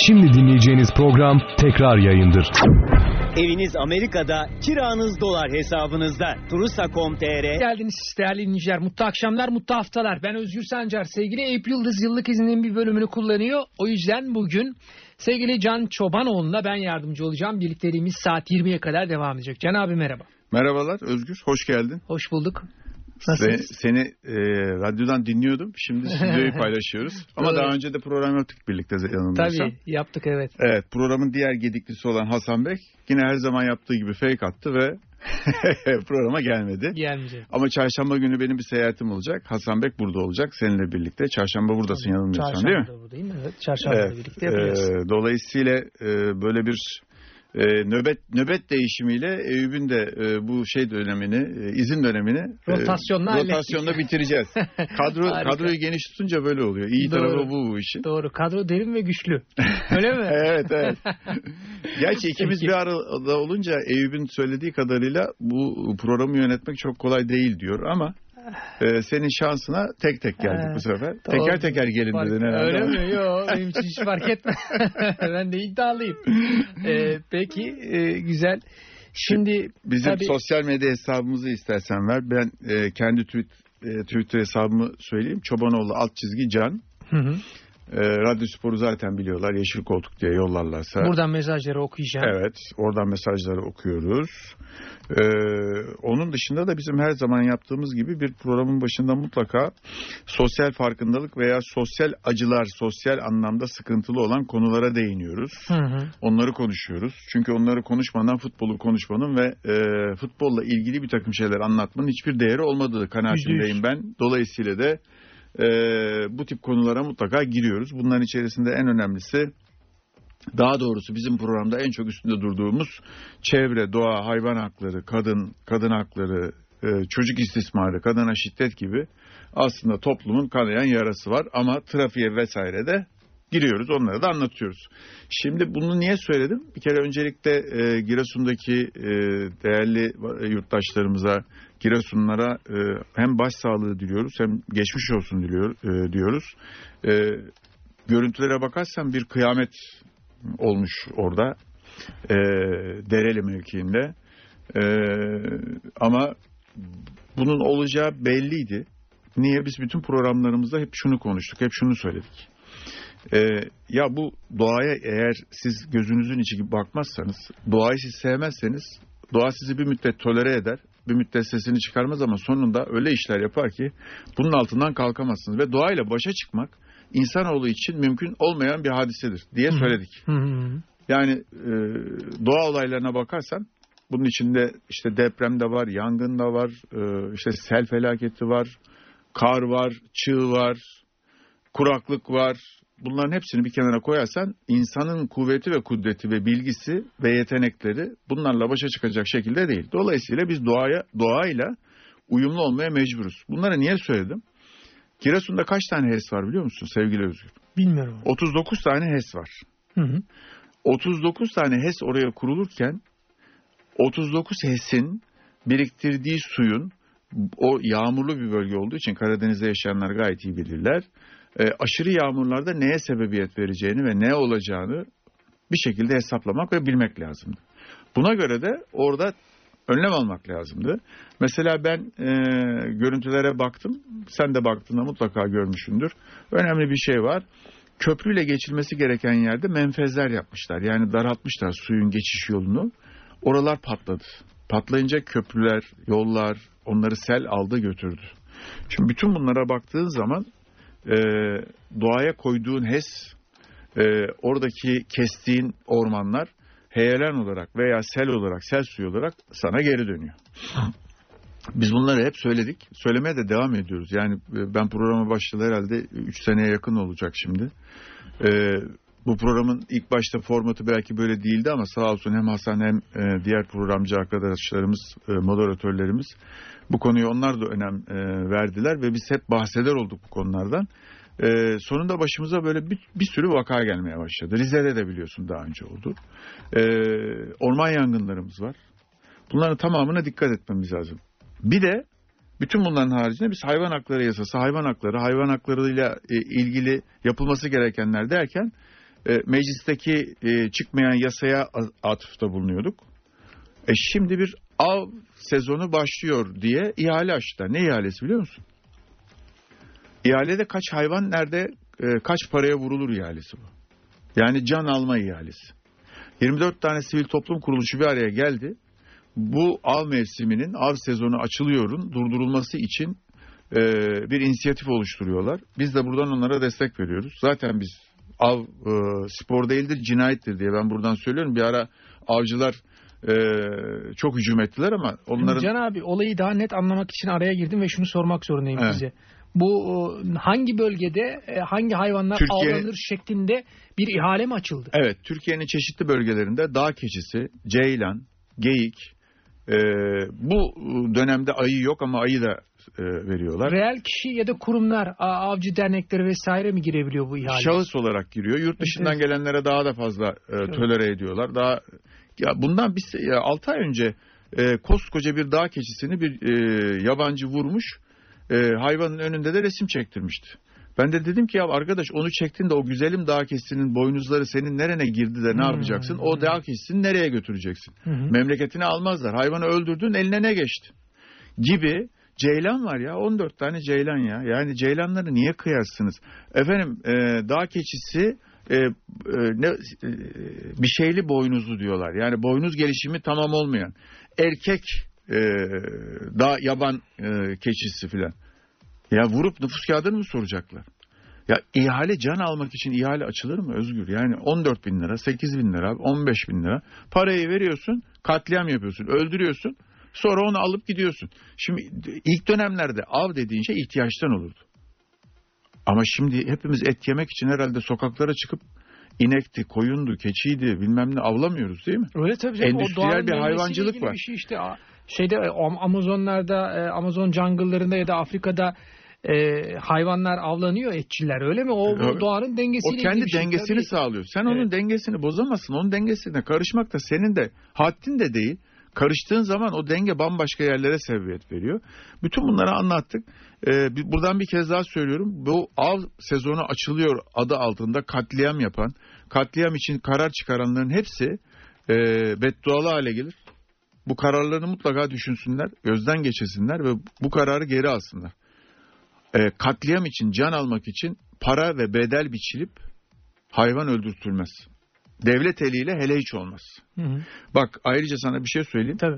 Şimdi dinleyeceğiniz program tekrar yayındır. Eviniz Amerika'da, kiranız dolar hesabınızda. Turusa.com.tr. Geldiniz değerli dinleyiciler. Mutlu akşamlar, mutlu haftalar. Ben Özgür Sancar. Sevgili Eyüp Yıldız yıllık izninin bir bölümünü kullanıyor. O yüzden bugün sevgili Can Çobanoğlu'na ben yardımcı olacağım. Birlikteliğimiz saat 20'ye kadar devam edecek. Can abi merhaba. Merhabalar Özgür, hoş geldin. Hoş bulduk. Seni radyodan dinliyordum. Şimdi stüdyoyu paylaşıyoruz. Ama daha önce de program yaptık birlikte yanılmıyorsam. Tabii yaptık, evet. Evet, programın diğer gediklisi olan Hasan Bey yine her zaman yaptığı gibi fake attı ve programa gelmedi. Gelmeyecek. Ama çarşamba günü benim bir seyahatim olacak. Hasan Bey burada olacak seninle birlikte. Çarşamba buradasın, yanılmıyorsam, değil mi? Çarşamba buradayım, evet. Çarşamba birlikte yapacağız. Dolayısıyla böyle bir nöbet değişimiyle Eyüp'ün de bu dönemini, izin dönemini rotasyonla bitireceğiz. Kadroyu geniş tutunca böyle oluyor. İyi tarafı bu işin. Doğru. Kadro derin ve güçlü. Öyle mi? Evet. Gerçi ikimiz bir arada olunca Eyüp'ün söylediği kadarıyla bu programı yönetmek çok kolay değil diyor ama senin şansına tek tek geldik bu sefer. Teker teker gelin dedin herhalde. Öyle mi? Yok, benim için hiç fark etmez. Ben de iddialıyım. Peki, güzel. Şimdi bizim sosyal medya hesabımızı istersen ver. Ben kendi Twitter hesabımı söyleyeyim. Çobanoğlu _Can. Hı. Radyo Spor'u zaten biliyorlar. Yeşil Koltuk diye yollarlarsa. Buradan mesajları okuyacağım. Evet. Oradan mesajları okuyoruz. Onun dışında da bizim her zaman yaptığımız gibi bir programın başında mutlaka sosyal farkındalık veya sosyal acılar, sosyal anlamda sıkıntılı olan konulara değiniyoruz. Hı. Onları konuşuyoruz. Çünkü onları konuşmadan futbolu konuşmanın ve futbolla ilgili bir takım şeyler anlatmanın hiçbir değeri olmadığı kanaatindeyim ben. Dolayısıyla da bu tip konulara mutlaka giriyoruz. Bunların içerisinde en önemlisi, daha doğrusu bizim programda en çok üstünde durduğumuz çevre, doğa, hayvan hakları, kadın hakları, çocuk istismarı, kadına şiddet gibi aslında toplumun kanayan yarası var. Ama trafiğe vesaire de giriyoruz, onları da anlatıyoruz. Şimdi bunu niye söyledim? Bir kere öncelikle Giresun'daki değerli yurttaşlarımıza, Giresunlara hem başsağlığı diliyoruz hem geçmiş olsun diyoruz. Görüntülere bakarsan bir kıyamet olmuş orada, Dereli mevkiinde. Ama bunun olacağı belliydi. Niye? Biz bütün programlarımızda hep şunu konuştuk, hep şunu söyledik. Ya bu doğaya eğer siz gözünüzün içi gibi bakmazsanız, doğayı siz sevmezseniz, doğa sizi bir müddet tolere eder, bir müddet sesini çıkarmaz ama sonunda öyle işler yapar ki bunun altından kalkamazsınız. Ve doğayla başa çıkmak insanoğlu için mümkün olmayan bir hadisedir diye söyledik. Yani doğa olaylarına bakarsan bunun içinde işte deprem de var, yangın da var, işte sel felaketi var, kar var, çığ var, kuraklık var. Bunların hepsini bir kenara koyarsan insanın kuvveti ve kudreti ve bilgisi ve yetenekleri bunlarla başa çıkacak şekilde değil. Dolayısıyla biz doğayla uyumlu olmaya mecburuz. Bunları niye söyledim? Giresun'da kaç tane HES var biliyor musun sevgili Özgür? Bilmiyorum. 39 tane HES var. Hı. 39 tane HES oraya kurulurken 39 HES'in biriktirdiği suyun, o yağmurlu bir bölge olduğu için Karadeniz'de yaşayanlar gayet iyi bilirler. Aşırı yağmurlarda neye sebebiyet vereceğini ve ne olacağını bir şekilde hesaplamak ve bilmek lazımdı. Buna göre de orada önlem almak lazımdı. Mesela ben görüntülere baktım. Sen de baktığında mutlaka görmüşsündür. Önemli bir şey var. Köprüyle geçilmesi gereken yerde menfezler yapmışlar. Yani daraltmışlar suyun geçiş yolunu. Oralar patladı. Patlayınca köprüler, yollar, onları sel aldı götürdü. Şimdi bütün bunlara baktığın zaman doğaya koyduğun HES, oradaki kestiğin ormanlar heyelan olarak veya sel olarak, sel suyu olarak sana geri dönüyor. Biz bunları hep söyledik. Söylemeye de devam ediyoruz. Yani ben programa başladı herhalde 3 seneye yakın olacak şimdi. Bu programın ilk başta formatı belki böyle değildi ama sağ olsun hem Hasan hem diğer programcı arkadaşlarımız, moderatörlerimiz bu konuya onlar da önem verdiler ve biz hep bahseder olduk bu konulardan. Sonunda başımıza böyle bir sürü vaka gelmeye başladı. Rize'de de biliyorsun daha önce oldu. Orman yangınlarımız var. Bunların tamamına dikkat etmemiz lazım. Bir de bütün bunların haricinde biz hayvan hakları yasası, hayvan haklarıyla ilgili yapılması gerekenler derken meclisteki çıkmayan yasaya atıfta bulunuyorduk. Şimdi bir av sezonu başlıyor diye ihale açtılar. Ne ihalesi biliyor musun? İhalede kaç hayvan nerede kaç paraya vurulur ihalesi bu. Yani can alma ihalesi. 24 tane sivil toplum kuruluşu bir araya geldi. Bu av mevsiminin, av sezonu açılıyorun durdurulması için bir inisiyatif oluşturuyorlar. Biz de buradan onlara destek veriyoruz. Zaten biz av spor değildir, cinayettir diye ben buradan söylüyorum. Bir ara avcılar çok hücum ettiler ama onların... Can abi, olayı daha net anlamak için araya girdim ve şunu sormak zorundayım size. Bu hangi bölgede hangi hayvanlar avlanır şeklinde bir ihale mi açıldı? Evet, Türkiye'nin çeşitli bölgelerinde dağ keçisi, ceylan, geyik, bu dönemde ayı yok ama ayı da veriyorlar. Reel kişi ya da kurumlar, avcı dernekleri vesaire mi girebiliyor bu ihaleye? Şahıs olarak giriyor. Yurt dışından gelenlere daha da fazla tolere ediyorlar. Daha bundan 6 ay önce koskoca bir dağ keçisini bir yabancı vurmuş. Hayvanın önünde de resim çektirmişti. Ben de dedim ki ya arkadaş, onu çektin de o güzelim dağ keçisinin boynuzları senin nerene girdi de ne yapacaksın? O dağ keçisini nereye götüreceksin? Memleketine almazlar. Hayvanı öldürdün, eline ne geçti? Gibi. Ceylan var ya, 14 tane ceylan ya. Yani ceylanları niye kıyarsınız? Efendim dağ keçisi bir şeyli boynuzlu diyorlar. Yani boynuz gelişimi tamam olmayan. Erkek daha yaban keçisi filan. Ya vurup nüfus kağıdını mı soracaklar? Ya ihale, can almak için ihale açılır mı Özgür? Yani 14 bin lira, 8 bin lira, 15 bin lira parayı veriyorsun, katliam yapıyorsun, öldürüyorsun, sonra onu alıp gidiyorsun. Şimdi ilk dönemlerde av dediğin şey ihtiyaçtan olurdu. Ama şimdi hepimiz et yemek için herhalde sokaklara çıkıp inekti, koyundu, keçiydi, bilmem ne avlamıyoruz değil mi? Öyle tabii canım. Endüstriyel bir hayvancılık var. Bir şey işte Amazonlarda, Amazon jungle'larında ya da Afrika'da hayvanlar avlanıyor, etçiler, öyle mi? O doğanın dengesiyle ilgili bir şey. O kendi dengesini sağlıyor. Sen onun dengesini bozamazsın. Onun dengesine karışmak da senin de haddin de değil. Karıştığın zaman o denge bambaşka yerlere sebebiyet veriyor. Bütün bunları anlattık. Buradan bir kez daha söylüyorum. Bu av sezonu açılıyor adı altında katliam yapan, katliam için karar çıkaranların hepsi beddualı hale gelir. Bu kararlarını mutlaka düşünsünler, gözden geçirsinler ve bu kararı geri alsınlar. Katliam için, can almak için para ve bedel biçilip hayvan öldürtülmez. Devlet eliyle hele hiç olmaz. Bak, ayrıca sana bir şey söyleyeyim. Tabii.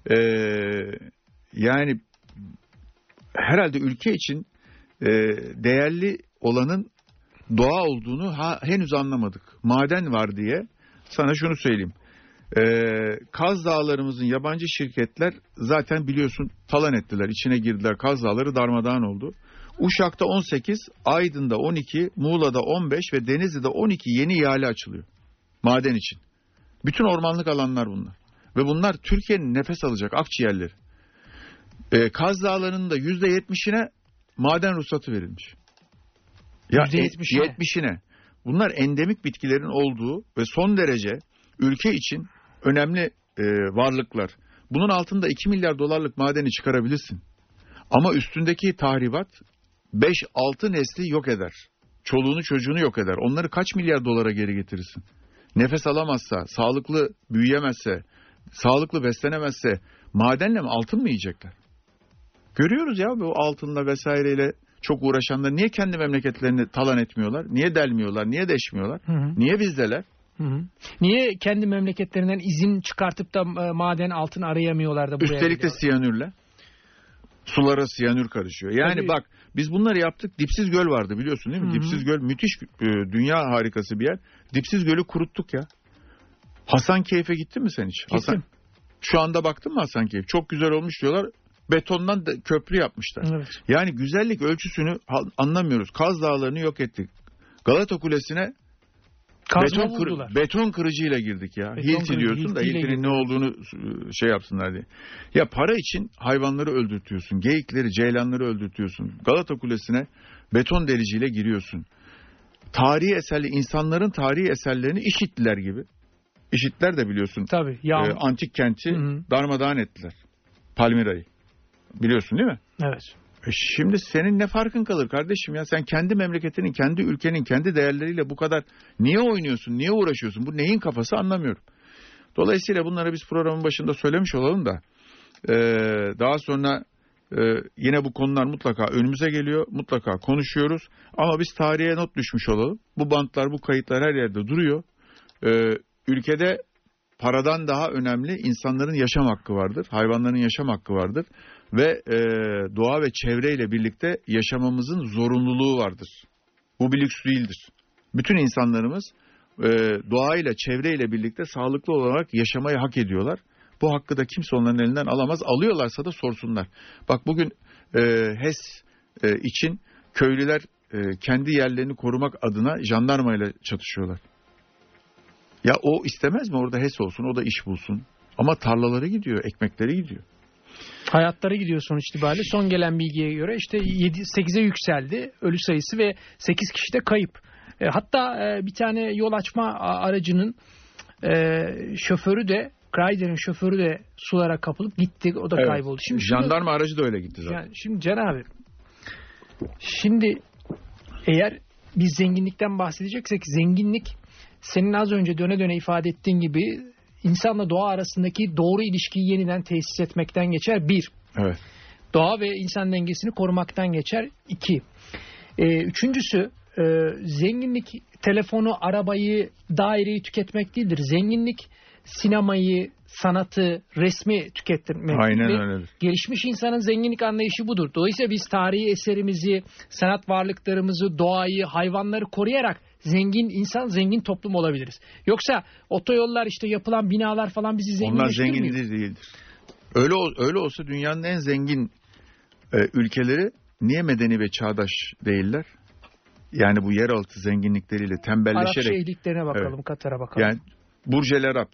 Yani herhalde ülke için değerli olanın doğa olduğunu henüz anlamadık. Maden var diye sana şunu söyleyeyim. Kaz Dağlarımızın yabancı şirketler zaten biliyorsun talan ettiler. İçine girdiler. Kaz Dağları darmadağın oldu. Uşak'ta 18, Aydın'da 12, Muğla'da 15 ve Denizli'de 12 yeni ihale açılıyor. Maden için. Bütün ormanlık alanlar bunlar. Ve bunlar Türkiye'nin nefes alacak akciğerleri. Kaz Dağları'nın da %70'ine maden ruhsatı verilmiş. Ya %70'ine. Bunlar endemik bitkilerin olduğu ve son derece ülke için önemli varlıklar. Bunun altında 2 milyar dolarlık madeni çıkarabilirsin. Ama üstündeki tahribat 5-6 nesli yok eder. Çoluğunu çocuğunu yok eder. Onları kaç milyar dolara geri getirirsin? Nefes alamazsa, sağlıklı büyüyemezse, sağlıklı beslenemezse madenle mi, altın mı yiyecekler? Görüyoruz ya bu altınla vesaireyle çok uğraşanlar niye kendi memleketlerini talan etmiyorlar? Niye delmiyorlar? Niye deşmiyorlar? Niye bizdeler? Niye kendi memleketlerinden izin çıkartıp da maden, altın arayamıyorlar da buraya? Üstelik de siyanürle. Sulara siyanür karışıyor. Yani tabii. Bak biz bunları yaptık. Dipsiz Göl vardı biliyorsun değil mi? Dipsiz Göl müthiş, dünya harikası bir yer. Dipsiz Göl'ü kuruttuk ya. Hasankeyf'e gittin mi sen hiç? Gittim. Şu anda baktın mı Hasankeyf? Çok güzel olmuş diyorlar. Betondan da köprü yapmışlar. Evet. Yani güzellik ölçüsünü anlamıyoruz. Kaz Dağları'nı yok ettik. Galata Kulesi'ne beton kırıcıyla girdik ya. Hilti diyorsun da Hilti'nin ne olduğunu şey yapsınlar diye. Ya para için hayvanları öldürtüyorsun. Geyikleri, ceylanları öldürtüyorsun. Galata Kulesi'ne beton deliciyle giriyorsun. Tarihi eserli, insanların tarihi eserlerini İşitliler gibi. İşitler de biliyorsun. Tabii. Antik kenti darmadağın ettiler. Palmira'yı. Biliyorsun değil mi? Evet. Şimdi senin ne farkın kalır kardeşim ya? Sen kendi memleketinin, kendi ülkenin, kendi değerleriyle bu kadar niye oynuyorsun, niye uğraşıyorsun? Bu neyin kafası anlamıyorum. Dolayısıyla bunları biz programın başında söylemiş olalım da daha sonra yine bu konular mutlaka önümüze geliyor. Mutlaka konuşuyoruz. Ama biz tarihe not düşmüş olalım. Bu bantlar, bu kayıtlar her yerde duruyor. Ülkede paradan daha önemli insanların yaşam hakkı vardır. Hayvanların yaşam hakkı vardır. Ve doğa ve çevreyle birlikte yaşamamızın zorunluluğu vardır. Bu bir lüks değildir. Bütün insanlarımız doğayla, çevreyle birlikte sağlıklı olarak yaşamayı hak ediyorlar. Bu hakkı da kimse onların elinden alamaz. Alıyorlarsa da sorsunlar. Bak bugün HES için köylüler kendi yerlerini korumak adına jandarmayla çatışıyorlar. Ya o istemez mi orada HES olsun, o da iş bulsun. Ama tarlaları gidiyor, ekmekleri gidiyor. Hayatları gidiyor sonuç itibariyle. Son gelen bilgiye göre işte 8'e yükseldi ölü sayısı ve 8 kişi de kayıp. Hatta bir tane yol açma aracının şoförü de, Kreider'in şoförü de sulara kapılıp gitti. O da kayboldu. Şimdi jandarma aracı da öyle gitti zaten. Yani şimdi Can abi, şimdi eğer biz zenginlikten bahsedeceksek, zenginlik senin az önce döne döne ifade ettiğin gibi insanla doğa arasındaki doğru ilişkiyi yeniden tesis etmekten geçer. 1. Evet. Doğa ve insan dengesini korumaktan geçer. 2. Üçüncüsü, zenginlik telefonu, arabayı, daireyi tüketmek değildir. Zenginlik sinemayı, sanatı, resmi tüketmek. Aynen öyledir. Gelişmiş insanın zenginlik anlayışı budur. Dolayısıyla biz tarihi eserimizi, sanat varlıklarımızı, doğayı, hayvanları koruyarak zengin insan, zengin toplum olabiliriz. Yoksa otoyollar, işte yapılan binalar falan bizi zenginleştirmiyor. Onlar zengin değildir. Öyle olsa dünyanın en zengin ülkeleri niye medeni ve çağdaş değiller? Yani bu yeraltı zenginlikleriyle tembelleşerek. Arap şehirliklerine bakalım, evet. Katar'a bakalım. Yani Burj El Arab,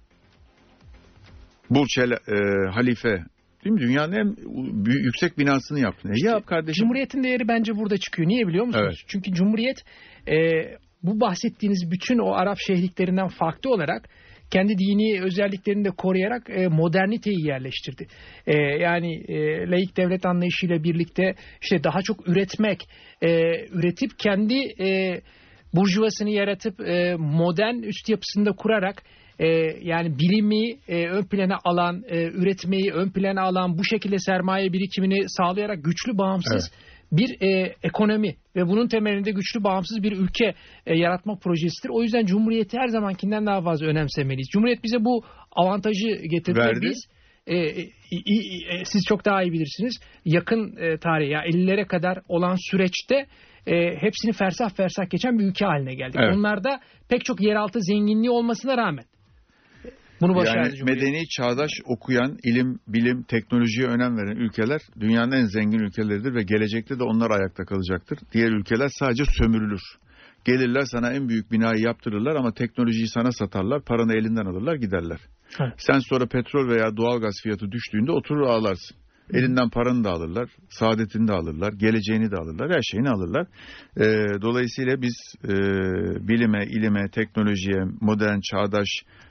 Burj El Halife, değil mi? Dünyanın en yüksek binasını yaptı. İşte, yap kardeşim. Cumhuriyetin değeri bence burada çıkıyor. Niye biliyor musunuz? Evet. Çünkü Cumhuriyet bu bahsettiğiniz bütün o Arap şehirliklerinden farklı olarak kendi dini özelliklerini de koruyarak moderniteyi yerleştirdi. Yani laik devlet anlayışıyla birlikte işte daha çok üretmek, üretip kendi burjuvasını yaratıp modern üst yapısını da kurarak yani bilimi ön plana alan, üretmeyi ön plana alan, bu şekilde sermaye birikimini sağlayarak güçlü, bağımsız bir ekonomi ve bunun temelinde güçlü, bağımsız bir ülke yaratma projesidir. O yüzden Cumhuriyeti her zamankinden daha fazla önemsemeliyiz. Cumhuriyet bize bu avantajı getirdi. Biz siz çok daha iyi bilirsiniz. Yakın tarih, ya 50'lere kadar olan süreçte hepsini fersah fersah geçen bir ülke haline geldik. Evet. Onlarda pek çok yeraltı zenginliği olmasına rağmen bunu başardı yani Cumhuriyet. Medeni, çağdaş, okuyan, ilim, bilim, teknolojiye önem veren ülkeler dünyanın en zengin ülkeleridir ve gelecekte de onlar ayakta kalacaktır. Diğer ülkeler sadece sömürülür. Gelirler sana en büyük binayı yaptırırlar ama teknolojiyi sana satarlar, paranı elinden alırlar, giderler. Evet. Sen sonra petrol veya doğalgaz fiyatı düştüğünde oturur ağlarsın. Elinden paranı da alırlar, saadetini de alırlar, geleceğini de alırlar, her şeyini alırlar. Dolayısıyla biz bilime, ilime, teknolojiye, modern, çağdaş,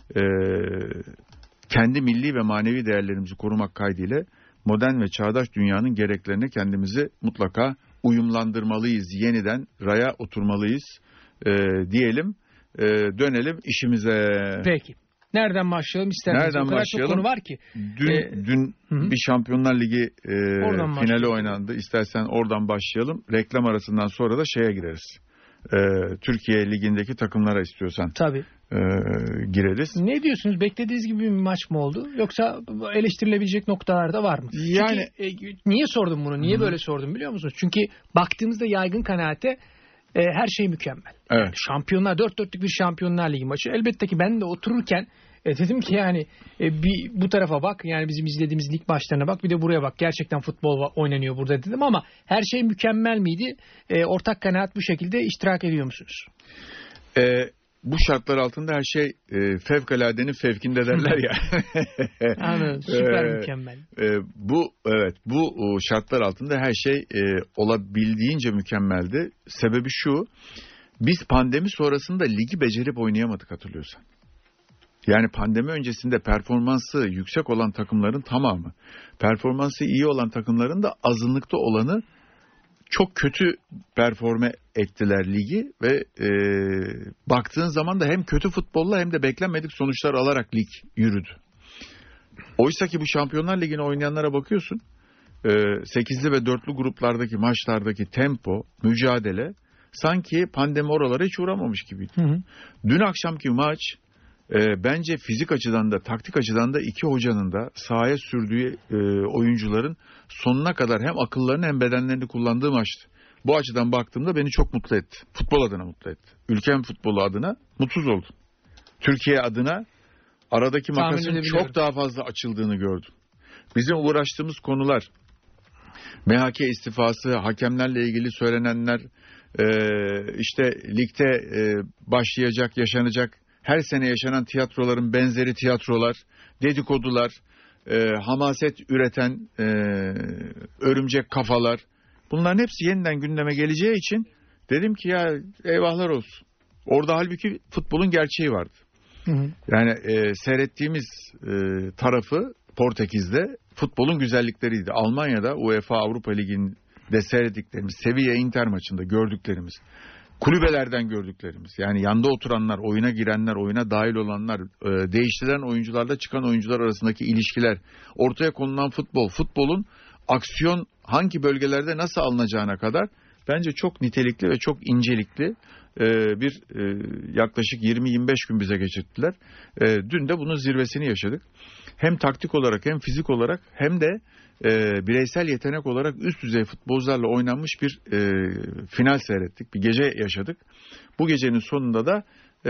kendi milli ve manevi değerlerimizi korumak kaydıyla modern ve çağdaş dünyanın gereklerine kendimizi mutlaka uyumlandırmalıyız, yeniden raya oturmalıyız diyelim, dönelim işimize. Peki. Nereden başlayalım isterseniz? Nereden o kadar başlayalım? çok konu var ki. Dün bir Şampiyonlar Ligi finali oynandı. İstersen oradan başlayalım. Reklam arasından sonra da şeye gireriz. Türkiye Ligi'ndeki takımlara istiyorsan. Tabii. Gireriz. Ne diyorsunuz? Beklediğiniz gibi bir maç mı oldu? Yoksa eleştirilebilecek noktalar da var mı? Yani niye sordum bunu? Niye böyle sordum biliyor musunuz? Çünkü baktığımızda yaygın kanaate her şey mükemmel. Evet. Yani şampiyonlar, 4-4'lük bir Şampiyonlar Ligi maçı. Elbette ki ben de otururken dedim ki yani bir bu tarafa bak, yani bizim izlediğimiz lig maçlarına bak, bir de buraya bak. Gerçekten futbol oynanıyor burada dedim ama her şey mükemmel miydi? Ortak kanaat bu şekilde, iştirak ediyor musunuz? Bu şartlar altında her şey fevkaladenin fevkinde derler ya. Anladım. Süper mükemmel. Bu şartlar altında her şey olabildiğince mükemmeldi. Sebebi şu: biz pandemi sonrasında ligi becerip oynayamadık, hatırlıyorsan. Yani pandemi öncesinde performansı yüksek olan takımların tamamı, performansı iyi olan takımların da azınlıkta olanı çok kötü performe ettiler ligi ve baktığın zaman da hem kötü futbolla hem de beklenmedik sonuçlar alarak lig yürüdü. Oysa ki bu Şampiyonlar Ligi'ne oynayanlara bakıyorsun, 8'li ve 4'lü gruplardaki maçlardaki tempo, mücadele sanki pandemi oralara hiç uğramamış gibiydi. Hı hı. Dün akşamki maç bence fizik açıdan da taktik açıdan da iki hocanın da sahaya sürdüğü oyuncuların sonuna kadar hem akıllarını hem bedenlerini kullandığı maçtı. Bu açıdan baktığımda beni çok mutlu etti. Futbol adına mutlu etti. Ülkem futbolu adına mutsuz oldum. Türkiye adına aradaki makasın çok daha fazla açıldığını gördüm. Bizim uğraştığımız konular, MHK istifası, hakemlerle ilgili söylenenler, işte ligde başlayacak, yaşanacak, her sene yaşanan tiyatroların benzeri tiyatrolar, dedikodular, hamaset üreten örümcek kafalar, bunların hepsi yeniden gündeme geleceği için dedim ki ya eyvahlar olsun. Orada halbuki futbolun gerçeği vardı. Hı hı. Yani seyrettiğimiz tarafı Portekiz'de futbolun güzellikleriydi. Almanya'da UEFA Avrupa Ligi'nde seyrettiklerimiz, Sevilla Inter maçında gördüklerimiz, kulübelerden gördüklerimiz, yani yanda oturanlar, oyuna girenler, oyuna dahil olanlar, değiştirilen oyuncularla çıkan oyuncular arasındaki ilişkiler, ortaya konulan futbol, futbolun aksiyon hangi bölgelerde nasıl alınacağına kadar bence çok nitelikli ve çok incelikli bir yaklaşık 20-25 gün bize geçirttiler. Dün de bunun zirvesini yaşadık. Hem taktik olarak hem fizik olarak hem de bireysel yetenek olarak üst düzey futbolcularla oynanmış bir final seyrettik. Bir gece yaşadık. Bu gecenin sonunda da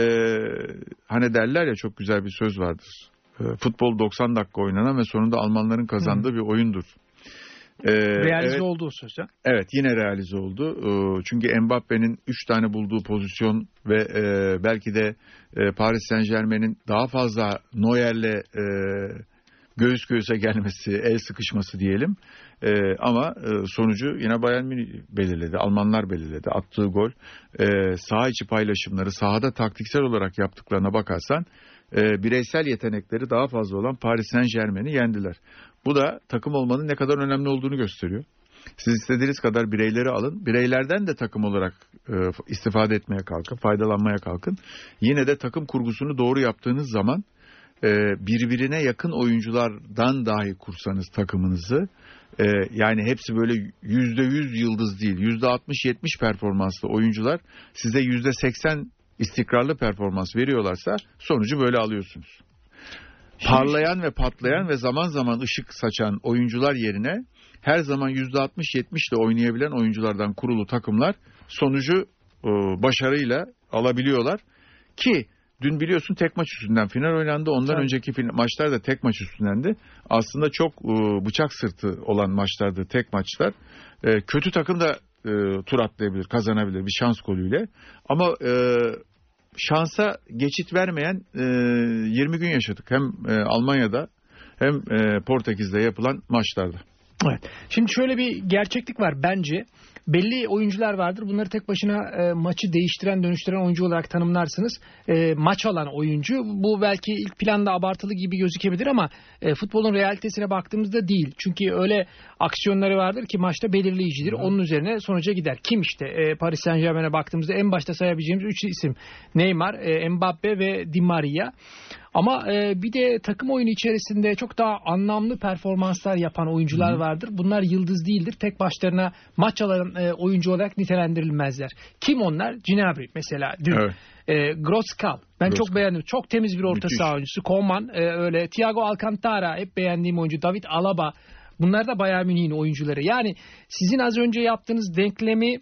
hani derler ya, çok güzel bir söz vardır. Futbol 90 dakika oynanan ve sonunda Almanların kazandığı bir oyundur. Realize oldu o söz. Evet, yine realize oldu. Çünkü Mbappe'nin 3 tane bulduğu pozisyon ve belki de Paris Saint-Germain'in daha fazla Neuer'le göğüs göğüse gelmesi, el sıkışması diyelim. Ama sonucu yine Bayern Münih belirledi. Almanlar belirledi. Attığı gol, saha içi paylaşımları, sahada taktiksel olarak yaptıklarına bakarsan bireysel yetenekleri daha fazla olan Paris Saint-Germain'i yendiler. Bu da takım olmanın ne kadar önemli olduğunu gösteriyor. Siz istediğiniz kadar bireyleri alın. Bireylerden de takım olarak istifade etmeye kalkın, faydalanmaya kalkın. Yine de takım kurgusunu doğru yaptığınız zaman birbirine yakın oyunculardan dahi kursanız takımınızı, yani hepsi böyle %100 yıldız değil, %60-70 performanslı oyuncular size %80 istikrarlı performans veriyorlarsa sonucu böyle alıyorsunuz. Parlayan ve patlayan ve zaman zaman ışık saçan oyuncular yerine her zaman %60-70 ile oynayabilen oyunculardan kurulu takımlar sonucu başarıyla alabiliyorlar. Ki dün biliyorsun tek maç üstünden final oynandı. Ondan önceki maçlar da tek maç üstündendi. Aslında çok bıçak sırtı olan maçlardı tek maçlar. Kötü takım da tur atlayabilir, kazanabilir bir şans golüyle. Ama şansa geçit vermeyen 20 gün yaşadık. Hem Almanya'da hem Portekiz'de yapılan maçlarda. Evet. Şimdi şöyle bir gerçeklik var bence. Belli oyuncular vardır. Bunları tek başına maçı değiştiren, dönüştüren oyuncu olarak tanımlarsınız. Maç alan oyuncu. Bu belki ilk planda abartılı gibi gözükebilir ama futbolun realitesine baktığımızda değil. Çünkü öyle aksiyonları vardır ki maçta belirleyicidir. Onun üzerine sonuca gider. Kim işte? Paris Saint-Germain'e baktığımızda en başta sayabileceğimiz 3 isim. Neymar, Mbappe ve Di Maria. Ama bir de takım oyunu içerisinde çok daha anlamlı performanslar yapan oyuncular vardır. Bunlar yıldız değildir. Tek başlarına maç alan oyuncu olarak nitelendirilmezler. Kim onlar? Gnabry mesela dün. Evet. Groskal. Ben çok beğendim. Çok temiz bir orta saha oyuncusu. Koman öyle. Thiago Alcantara hep beğendiğim oyuncu. David Alaba. Bunlar da Bayern Münih'in oyuncuları. Yani sizin az önce yaptığınız denklemi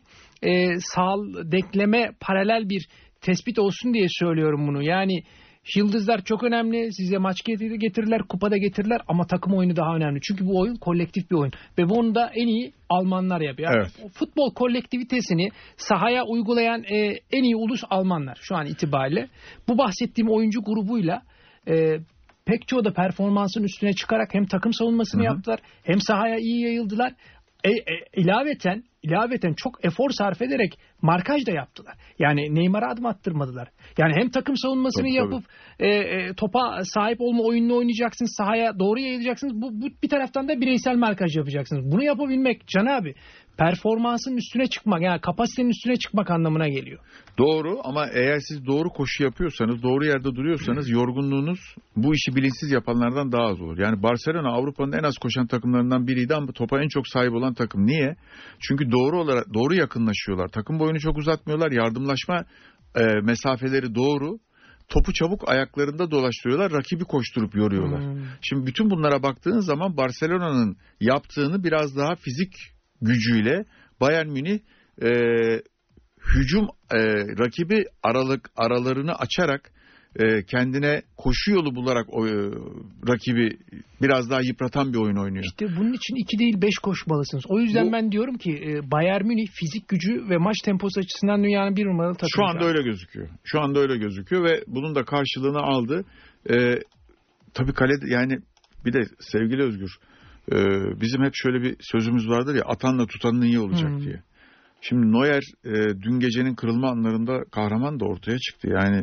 denkleme paralel bir tespit olsun diye söylüyorum bunu. Yani yıldızlar çok önemli. Size maç getirirler, kupada getirirler ama takım oyunu daha önemli. Çünkü bu oyun kolektif bir oyun. Ve bunu da en iyi Almanlar yapıyor. Evet. Futbol kolektivitesini sahaya uygulayan en iyi ulus Almanlar şu an itibariyle. Bu bahsettiğim oyuncu grubuyla pek çoğu da performansın üstüne çıkarak hem takım savunmasını yaptılar hem sahaya iyi yayıldılar. İlaveten çok efor sarf ederek markaj da yaptılar. Yani Neymar'a adım attırmadılar. Yani hem takım savunmasını yapıp topa sahip olma oyununu oynayacaksınız, sahaya doğru yayılacaksınız. Bu bir taraftan da bireysel markaj yapacaksınız. Bunu yapabilmek Can abi performansın üstüne çıkmak, yani kapasitenin üstüne çıkmak anlamına geliyor. Doğru, ama eğer siz doğru koşu yapıyorsanız, doğru yerde duruyorsanız yorgunluğunuz bu işi bilinçsiz yapanlardan daha az olur. Yani Barcelona Avrupa'nın en az koşan takımlarından biriydi ama topa en çok sahip olan takım. Niye? Çünkü doğru yakınlaşıyorlar. Takım boyunu çok uzatmıyorlar. Yardımlaşma mesafeleri doğru. Topu çabuk ayaklarında dolaştırıyorlar. Rakibi koşturup yoruyorlar. Şimdi bütün bunlara baktığın zaman Barcelona'nın yaptığını biraz daha fizik gücüyle Bayern Münih hücum rakibi aralarını açarak kendine koşu yolu bularak rakibi biraz daha yıpratan bir oyun oynuyor. İşte bunun için 2 değil 5 koşmalısınız. O yüzden ben diyorum ki Bayern Münih fizik gücü ve maç temposu açısından dünyanın bir numaralı takımı. Şu anda öyle gözüküyor. Şu anda öyle gözüküyor ve bunun da karşılığını aldı. Tabii kalede, yani bir de sevgili Özgür, bizim hep şöyle bir sözümüz vardır ya, atanla tutanın iyi olacak diye. Şimdi Neuer dün gecenin kırılma anlarında kahraman da ortaya çıktı. Yani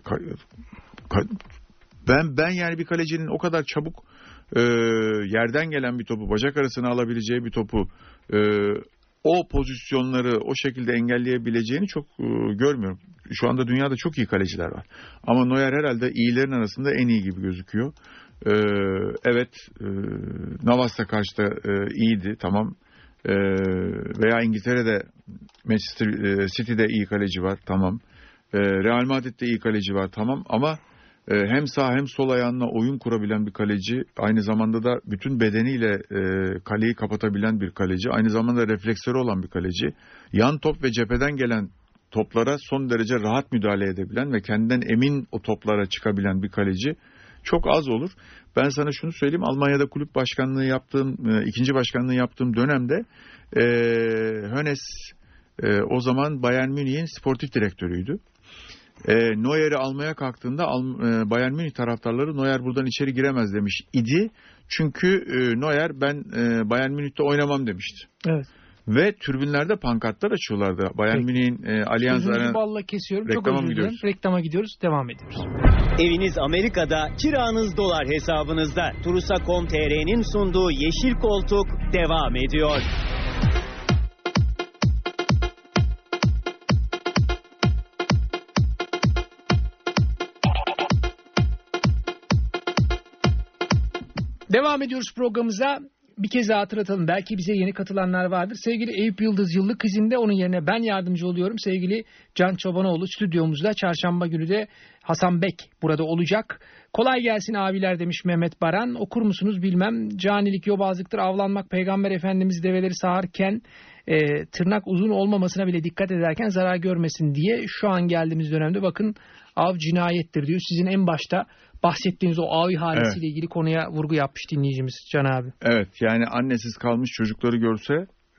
ben yani bir kalecinin o kadar çabuk yerden gelen bir topu, bacak arasına alabileceği bir topu o pozisyonları o şekilde engelleyebileceğini çok görmüyorum. Şu anda dünyada çok iyi kaleciler var. Ama Neuer herhalde iyilerin arasında en iyi gibi gözüküyor. Evet, Navas'ta karşı da iyiydi, tamam. Veya İngiltere'de Manchester City'de iyi kaleci var, tamam. Real Madrid'de iyi kaleci var, tamam, ama hem sağ hem sol ayağına oyun kurabilen bir kaleci, aynı zamanda da bütün bedeniyle kaleyi kapatabilen bir kaleci, aynı zamanda refleksleri olan bir kaleci, yan top ve cepheden gelen toplara son derece rahat müdahale edebilen ve kendinden emin o toplara çıkabilen bir kaleci çok az olur. Ben sana şunu söyleyeyim, Almanya'da kulüp başkanlığı yaptığım, ikinci başkanlığı yaptığım dönemde Hönes o zaman Bayern Münih'in sportif direktörüydü. Neuer'i almaya kalktığında Bayern Münih taraftarları Neuer buradan içeri giremez demiş idi. Çünkü Neuer ben Bayern Münih'te oynamam demişti. Evet. Ve tribünlerde pankartlar açıyorlardı. Bayern Münih'in Allianz Arena. Balla kesiyorum. Çok özür dilerim. Reklama gidiyoruz. Devam ediyoruz. Eviniz Amerika'da, kiranız dolar hesabınızda. Turusa.com.tr'nin sunduğu Yeşil Koltuk devam ediyor. Devam ediyoruz programımıza. Bir kez daha hatırlatalım. Belki bize yeni katılanlar vardır. Sevgili Eyüp Yıldız yıllık izinde, onun yerine ben yardımcı oluyorum. Sevgili Can Çobanoğlu stüdyomuzda. Çarşamba günü de Hasan Bek burada olacak. Kolay gelsin abiler demiş Mehmet Baran. Okur musunuz bilmem. Canilik, yobazlıktır, avlanmak, Peygamber Efendimiz develeri sağarken tırnak uzun olmamasına bile dikkat ederken zarar görmesin diye şu an geldiğimiz dönemde bakın av cinayettir diyor. Sizin en başta bahsettiğiniz o av ihalesiyle ilgili konuya vurgu yapmış dinleyicimiz Can abi. Evet, yani annesiz kalmış çocukları görse,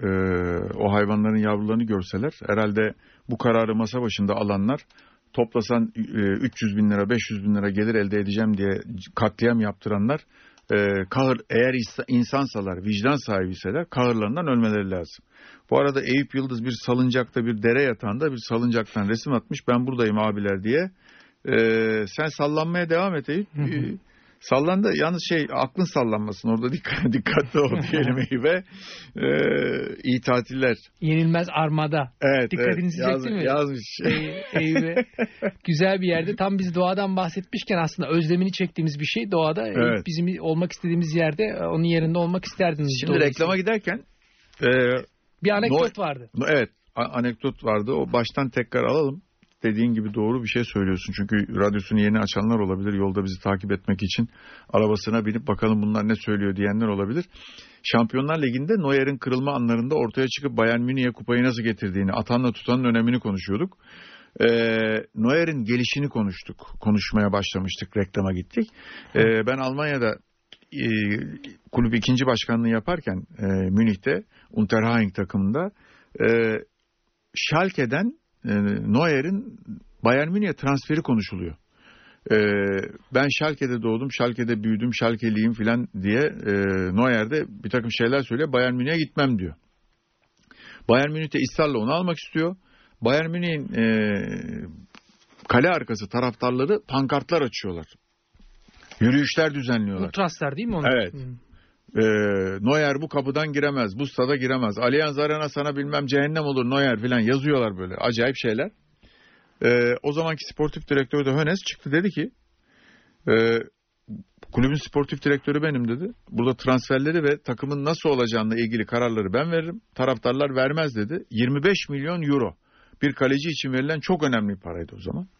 o hayvanların yavrularını görseler herhalde bu kararı masa başında alanlar toplasan 300 bin lira 500 bin lira gelir elde edeceğim diye katliam yaptıranlar eğer insansalar, vicdan sahibiyseler kahırlarından ölmeleri lazım. Bu arada Eyüp Yıldız bir salıncakta, bir dere yatağında bir salıncaktan resim atmış. Ben buradayım abiler diye. Sen sallanmaya devam et Eyüp. Sallan da yalnız aklın sallanmasın. Orada dikkatli ol diyelim Eyüp'e. İyi tatiller. Yenilmez Armada. Evet. Dikkatinizi çekti mi? Yazmış. Eyüp'e. Güzel bir yerde. Tam biz doğadan bahsetmişken aslında özlemini çektiğimiz bir şey doğada. Evet. Bizim olmak istediğimiz yerde onun yerinde olmak isterdiniz. Şimdi reklama giderken bir anekdot vardı. Evet. Anekdot vardı. O baştan tekrar alalım. Dediğin gibi doğru bir şey söylüyorsun. Çünkü radyosunu yeni açanlar olabilir. Yolda bizi takip etmek için arabasına binip bakalım bunlar ne söylüyor diyenler olabilir. Şampiyonlar Ligi'nde Neuer'in kırılma anlarında ortaya çıkıp Bayern Münih'e kupayı nasıl getirdiğini, atanla tutanın önemini konuşuyorduk. Neuer'in gelişini konuştuk. Konuşmaya başlamıştık. Reklama gittik. Ben Almanya'da kulüp ikinci başkanlığı yaparken Münih'te Unterhaching takımında Schalke'den Neuer'in Bayern Münih'e transferi konuşuluyor. Ben Schalke'de doğdum, Schalke'de büyüdüm, Schalkeliyim filan diye Neuer'de bir takım şeyler söylüyor. Bayern Münih'e gitmem diyor. Bayern Münih de ısrarla onu almak istiyor. Bayern Münih'in kale arkası taraftarları pankartlar açıyorlar. Yürüyüşler düzenliyorlar. Ultraslar değil mi onlar? Evet. Neuer bu kapıdan giremez, bu stada giremez. Allianz Arena sana bilmem cehennem olur Neuer filan yazıyorlar böyle acayip şeyler. O zamanki sportif direktör de Hönes çıktı, dedi ki kulübün sportif direktörü benim dedi. Burada transferleri ve takımın nasıl olacağına ilgili kararları ben veririm. Taraftarlar vermez dedi. 25 milyon euro bir kaleci için verilen çok önemli bir paraydı o zaman.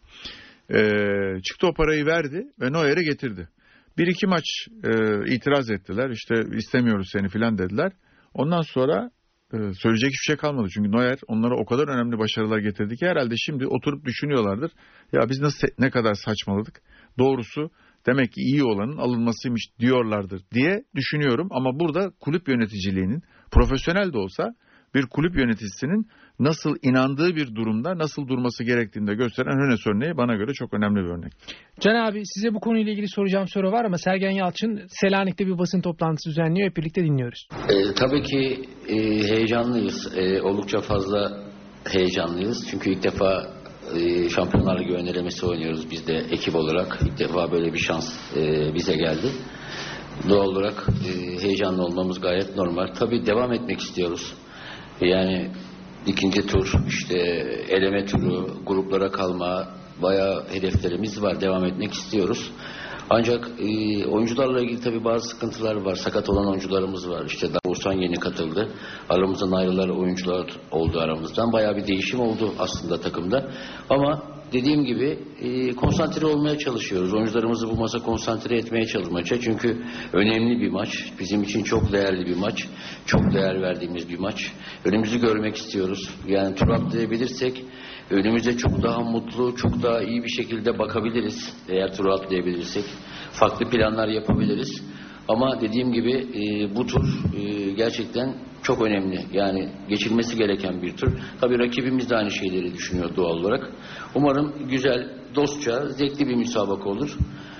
Çıktı, o parayı verdi ve Neuer'i getirdi. 1-2 maç itiraz ettiler. İşte istemiyoruz seni filan dediler. Ondan sonra söyleyecek hiçbir şey kalmadı. Çünkü Neuer onlara o kadar önemli başarılar getirdi ki herhalde şimdi oturup düşünüyorlardır. Ya biz ne kadar saçmaladık. Doğrusu demek ki iyi olanın alınmasıymış diyorlardır diye düşünüyorum. Ama burada kulüp yöneticiliğinin, profesyonel de olsa bir kulüp yöneticisinin nasıl inandığı bir durumda nasıl durması gerektiğini de gösteren Hönes örneği bana göre çok önemli bir örnek. Can abi, size bu konuyla ilgili soracağım soru var ama Sergen Yalçın Selanik'te bir basın toplantısı düzenliyor. Hep birlikte dinliyoruz. Tabii ki heyecanlıyız. Oldukça fazla heyecanlıyız. Çünkü ilk defa Şampiyonlar Ligi önelemesi oynuyoruz biz de ekip olarak. İlk defa böyle bir şans bize geldi. Doğal olarak heyecanlı olmamız gayet normal. Tabii devam etmek istiyoruz. Yani ikinci tur, işte eleme turu, gruplara kalma bayağı hedeflerimiz var. Devam etmek istiyoruz. Ancak oyuncularla ilgili tabii bazı sıkıntılar var. Sakat olan oyuncularımız var. İşte Oğuzhan yeni katıldı. Aramızdan ayrılan oyuncular oldu aramızdan. Bayağı bir değişim oldu aslında takımda. Ama dediğim gibi konsantre olmaya çalışıyoruz. Oyuncularımızı bu maça konsantre etmeye çalışmaya. Çünkü önemli bir maç. Bizim için çok değerli bir maç. Çok değer verdiğimiz bir maç. Önümüzü görmek istiyoruz. Yani tur atlayabilirsek önümüze çok daha mutlu, çok daha iyi bir şekilde bakabiliriz. Eğer turu atlayabilirsek. Farklı planlar yapabiliriz. Ama dediğim gibi bu tur gerçekten çok önemli. Yani geçilmesi gereken bir tur. Tabii rakibimiz de aynı şeyleri düşünüyor doğal olarak. Umarım güzel, dostça, zevkli bir müsabaka olur.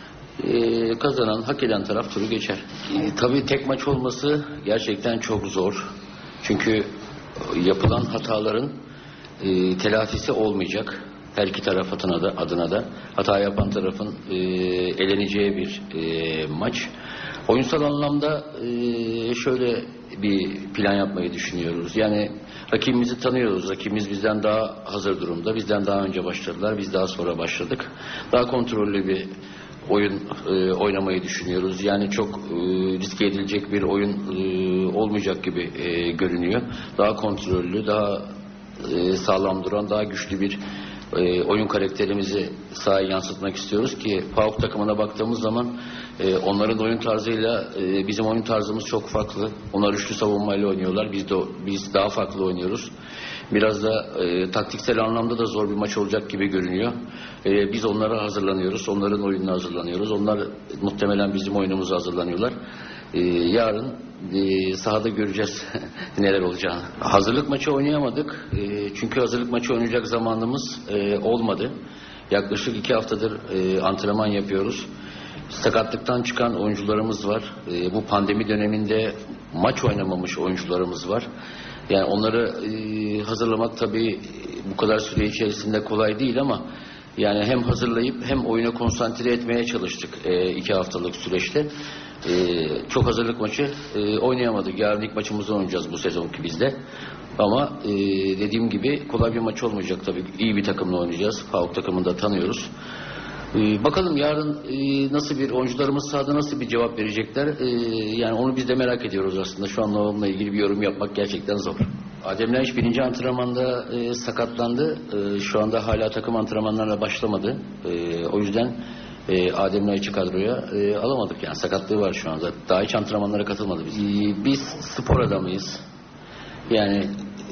Kazanan, hak eden taraf turu geçer. Tabii tek maç olması gerçekten çok zor. Çünkü yapılan hataların telafisi olmayacak. Her iki taraf adına da hata yapan tarafın eleneceği bir maç. Oyunsal anlamda şöyle bir plan yapmayı düşünüyoruz. Yani rakibimizi tanıyoruz. Rakibimiz bizden daha hazır durumda. Bizden daha önce başladılar. Biz daha sonra başladık. Daha kontrollü bir oyun oynamayı düşünüyoruz. Yani çok riske edilecek bir oyun olmayacak gibi görünüyor. Daha kontrollü, daha sağlam duran, daha güçlü bir oyun karakterimizi sahaya yansıtmak istiyoruz ki PAOK takımına baktığımız zaman onların oyun tarzıyla bizim oyun tarzımız çok farklı. Onlar üçlü savunmayla oynuyorlar. Biz daha farklı oynuyoruz. Biraz da taktiksel anlamda da zor bir maç olacak gibi görünüyor. Biz onlara hazırlanıyoruz. Onların oyununa hazırlanıyoruz. Onlar muhtemelen bizim oyunumuza hazırlanıyorlar. Yarın sahada göreceğiz neler olacağını. Hazırlık maçı oynayamadık. Çünkü hazırlık maçı oynayacak zamanımız olmadı. Yaklaşık 2 haftadır antrenman yapıyoruz. Sakatlıktan çıkan oyuncularımız var. Bu pandemi döneminde maç oynamamış oyuncularımız var. Yani onları hazırlamak tabii bu kadar süre içerisinde kolay değil ama yani hem hazırlayıp hem oyuna konsantre etmeye çalıştık 2 haftalık süreçte. Çok hazırlık maçı oynayamadık. Yarın ilk maçımızı oynayacağız bu sezonki bizde. Ama dediğim gibi kolay bir maç olmayacak tabii. İyi bir takımla oynayacağız. PAOK takımını da tanıyoruz. Bakalım yarın nasıl bir oyuncularımız sahada nasıl bir cevap verecekler. Yani onu biz de merak ediyoruz aslında. Şu an onunla ilgili bir yorum yapmak gerçekten zor. Adem Laiş 1. antrenmanda sakatlandı. Şu anda hala takım antrenmanlarına başlamadı. O yüzden Adem Laiç'i kadroya alamadık. Yani sakatlığı var şu anda. Daha hiç antrenmanlara katılmadı biz. Biz spor adamıyız. Yani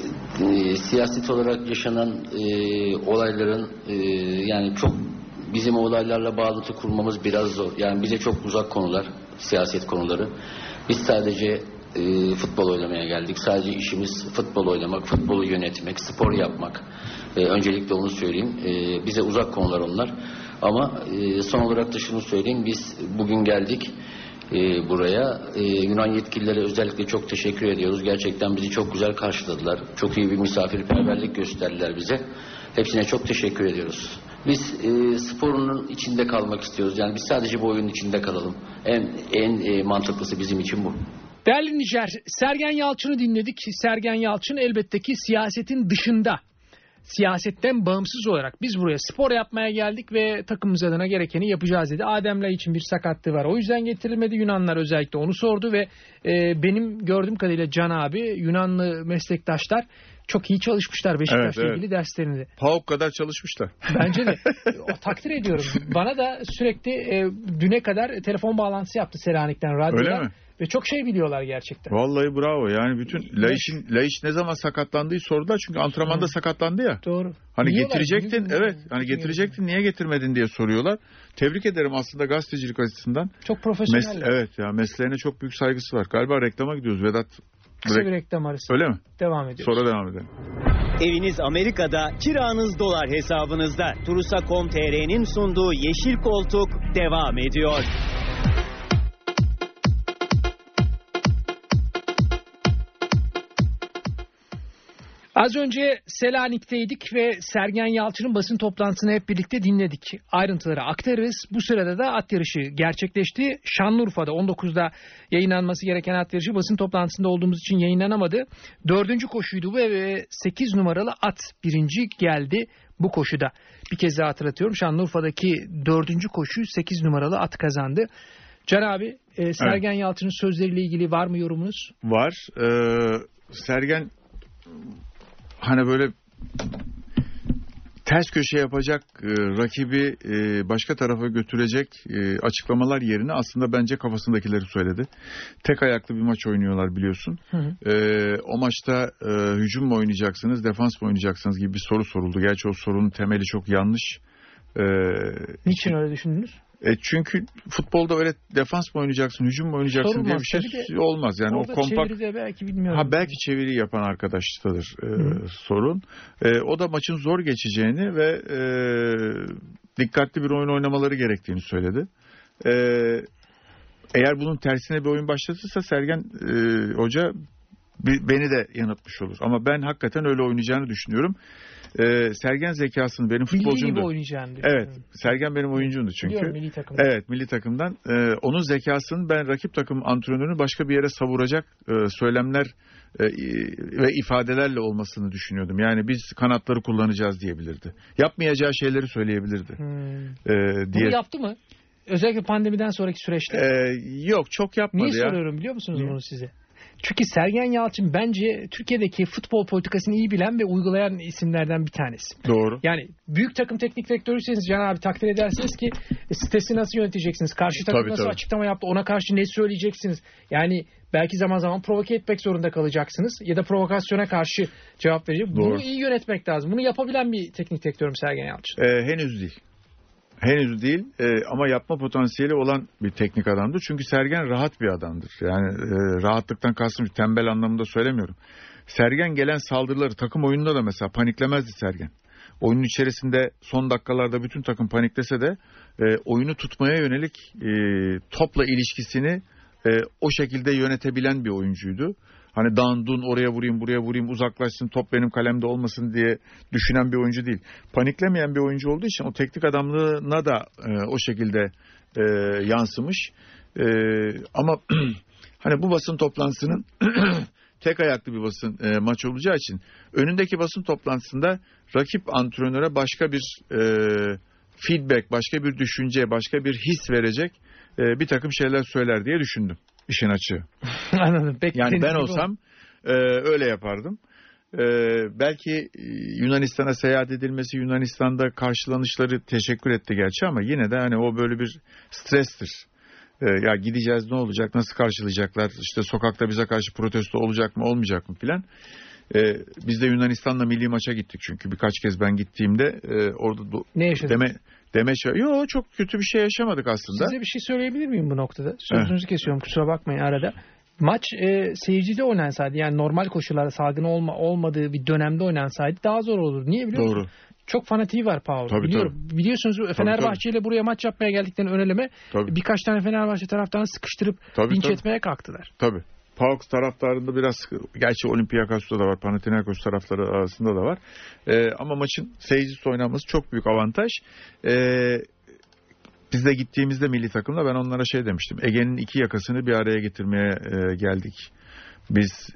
siyaset olarak yaşanan olayların yani çok bizim olaylarla bağlantı kurmamız biraz zor. Yani bize çok uzak konular, siyaset konuları. Biz sadece futbol oynamaya geldik. Sadece işimiz futbol oynamak, futbolu yönetmek, spor yapmak. Öncelikle onu söyleyeyim. Bize uzak konular onlar. Ama son olarak da şunu söyleyeyim. Biz bugün geldik buraya. Yunan yetkililere özellikle çok teşekkür ediyoruz. Gerçekten bizi çok güzel karşıladılar. Çok iyi bir misafirperverlik gösterdiler bize. Hepsine çok teşekkür ediyoruz. Biz sporun içinde kalmak istiyoruz. Yani biz sadece bu oyunun içinde kalalım. En mantıklısı bizim için bu. Değerli dinleyiciler, Sergen Yalçın'ı dinledik. Sergen Yalçın elbette ki siyasetin dışında, siyasetten bağımsız olarak biz buraya spor yapmaya geldik ve takımımız adına gerekeni yapacağız dedi. Adem Laiç'in için bir sakatlığı var. O yüzden getirilmedi. Yunanlar özellikle onu sordu ve benim gördüğüm kadarıyla Can abi, Yunanlı meslektaşlar çok iyi çalışmışlar Beşiktaş'la ilgili derslerinde. PAOK kadar çalışmışlar. Bence de. Takdir ediyorum. Bana da sürekli düne kadar telefon bağlantısı yaptı Selanik'ten, radyoda. Öyle mi? Ve çok şey biliyorlar gerçekten. Vallahi bravo. Yani bütün Laiç ne zaman sakatlandığı sordular. Çünkü antrenmanda sakatlandı ya. Doğru. Hani Biliyorlar, getirecektin, evet. Hani getirecektin, niye getirmedin diye soruyorlar. Tebrik ederim aslında gazetecilik açısından. Çok profesyonel. Evet ya, mesleğine çok büyük saygısı var. Galiba reklama gidiyoruz Vedat. Kısa bir reklam arası. Öyle mi? Devam ediyoruz. Sonra devam edelim. Eviniz Amerika'da, kiranız dolar hesabınızda. Turusa.com.tr'nin sunduğu Yeşil Koltuk devam ediyor. Az önce Selanik'teydik ve Sergen Yalçın'ın basın toplantısını hep birlikte dinledik. Ayrıntıları aktarırız. Bu sırada da at yarışı gerçekleşti. Şanlıurfa'da 19'da yayınlanması gereken at yarışı basın toplantısında olduğumuz için yayınlanamadı. 4. koşuydu bu ve 8 numaralı at birinci geldi bu koşuda. Bir kez daha hatırlatıyorum. Şanlıurfa'daki 4. koşuyu 8 numaralı at kazandı. Can abi, Sergen Yalçın'ın sözleriyle ilgili var mı yorumunuz? Var. Sergen hani böyle ters köşe yapacak, rakibi başka tarafa götürecek açıklamalar yerine aslında bence kafasındakileri söyledi. Tek ayaklı bir maç oynuyorlar biliyorsun. O maçta hücum mu oynayacaksınız, defans mı oynayacaksınız gibi bir soru soruldu. Gerçi o sorunun temeli çok yanlış. Niçin öyle düşündünüz? Çünkü futbolda öyle defans mı oynayacaksın, hücum mu oynayacaksın Sorulmaz, diye bir şey olmaz. Yani o kompakt. Belki bilmiyorum. Belki çeviri yapan arkadaştadır sorun. O da maçın zor geçeceğini ve dikkatli bir oyun oynamaları gerektiğini söyledi. Eğer bunun tersine bir oyun başlatırsa Sergen Hoca beni de yanıltmış olur. Ama ben hakikaten öyle oynayacağını düşünüyorum. Sergen zekasını benim futbolcumdu. Bildiği gibi oynayacağını Evet. Sergen benim oyuncumdu çünkü. Biliyorum, milli takımdan. Evet, milli takımdan. Onun zekasını ben rakip takım antrenörünü başka bir yere savuracak söylemler ve ifadelerle olmasını düşünüyordum. Yani biz kanatları kullanacağız diyebilirdi. Yapmayacağı şeyleri söyleyebilirdi. Bunu yaptı mı? Özellikle pandemiden sonraki süreçte. Yok, çok yapmadı. Niye soruyorum biliyor musunuz bunu size? Çünkü Sergen Yalçın bence Türkiye'deki futbol politikasını iyi bilen ve uygulayan isimlerden bir tanesi. Doğru. Yani büyük takım teknik direktörüyseniz Can abi takdir edersiniz ki sitesi nasıl yöneteceksiniz? Karşı takım nasıl açıklama yaptı? Ona karşı ne söyleyeceksiniz? Yani belki zaman zaman provoke etmek zorunda kalacaksınız. Ya da provokasyona karşı cevap verecek. Bunu iyi yönetmek lazım. Bunu yapabilen bir teknik direktörüm Sergen Yalçın. Henüz değil. Henüz değil ama yapma potansiyeli olan bir teknik adamdır. Çünkü Sergen rahat bir adamdır. Yani rahatlıktan kastım tembel anlamında söylemiyorum. Sergen gelen saldırıları takım oyununda da mesela paniklemezdi Sergen. Oyunun içerisinde son dakikalarda bütün takım paniklese de oyunu tutmaya yönelik topla ilişkisini o şekilde yönetebilen bir oyuncuydu. Hani dun oraya vurayım buraya vurayım uzaklaşsın top benim kalemde olmasın diye düşünen bir oyuncu değil. Paniklemeyen bir oyuncu olduğu için o teknik adamlığına da o şekilde yansımış. Ama hani bu basın toplantısının tek ayaklı bir basın maç olacağı için önündeki basın toplantısında rakip antrenöre başka bir feedback, başka bir düşünce, başka bir his verecek bir takım şeyler söyler diye düşündüm. İşin açığı. Anladım. Yani ben olsam öyle yapardım. Belki Yunanistan'a seyahat edilmesi, Yunanistan'da karşılanışları teşekkür etti gerçi ama yine de hani o böyle bir strestir. Ya gideceğiz ne olacak, nasıl karşılayacaklar, işte sokakta bize karşı protesto olacak mı olmayacak mı filan. Biz de Yunanistan'la milli maça gittik çünkü birkaç kez ben gittiğimde orada ne yaşadınız? Yok çok kötü bir şey yaşamadık aslında. Size bir şey söyleyebilir miyim bu noktada? Sözünüzü kesiyorum kusura bakmayın arada. Maç seyircide oynansaydı yani normal koşullarda salgın olmadığı bir dönemde oynansaydı daha zor olurdu. Niye biliyor musun? Doğru. Çok fanatiği var Paul. Tabii, Biliyorum. tabii. Biliyorsunuz Fenerbahçe ile buraya maç yapmaya geldiklerini öneleme birkaç tane Fenerbahçe taraftarını sıkıştırıp linç etmeye kalktılar. Tabii. PAOK taraftarında biraz, gerçi Olympiakos'ta da var, Panathinaikos taraftarı arasında da var. Ama maçın seyircisiz oynanması çok büyük avantaj. Biz de gittiğimizde milli takımla ben onlara şey demiştim. Ege'nin iki yakasını bir araya getirmeye geldik. Biz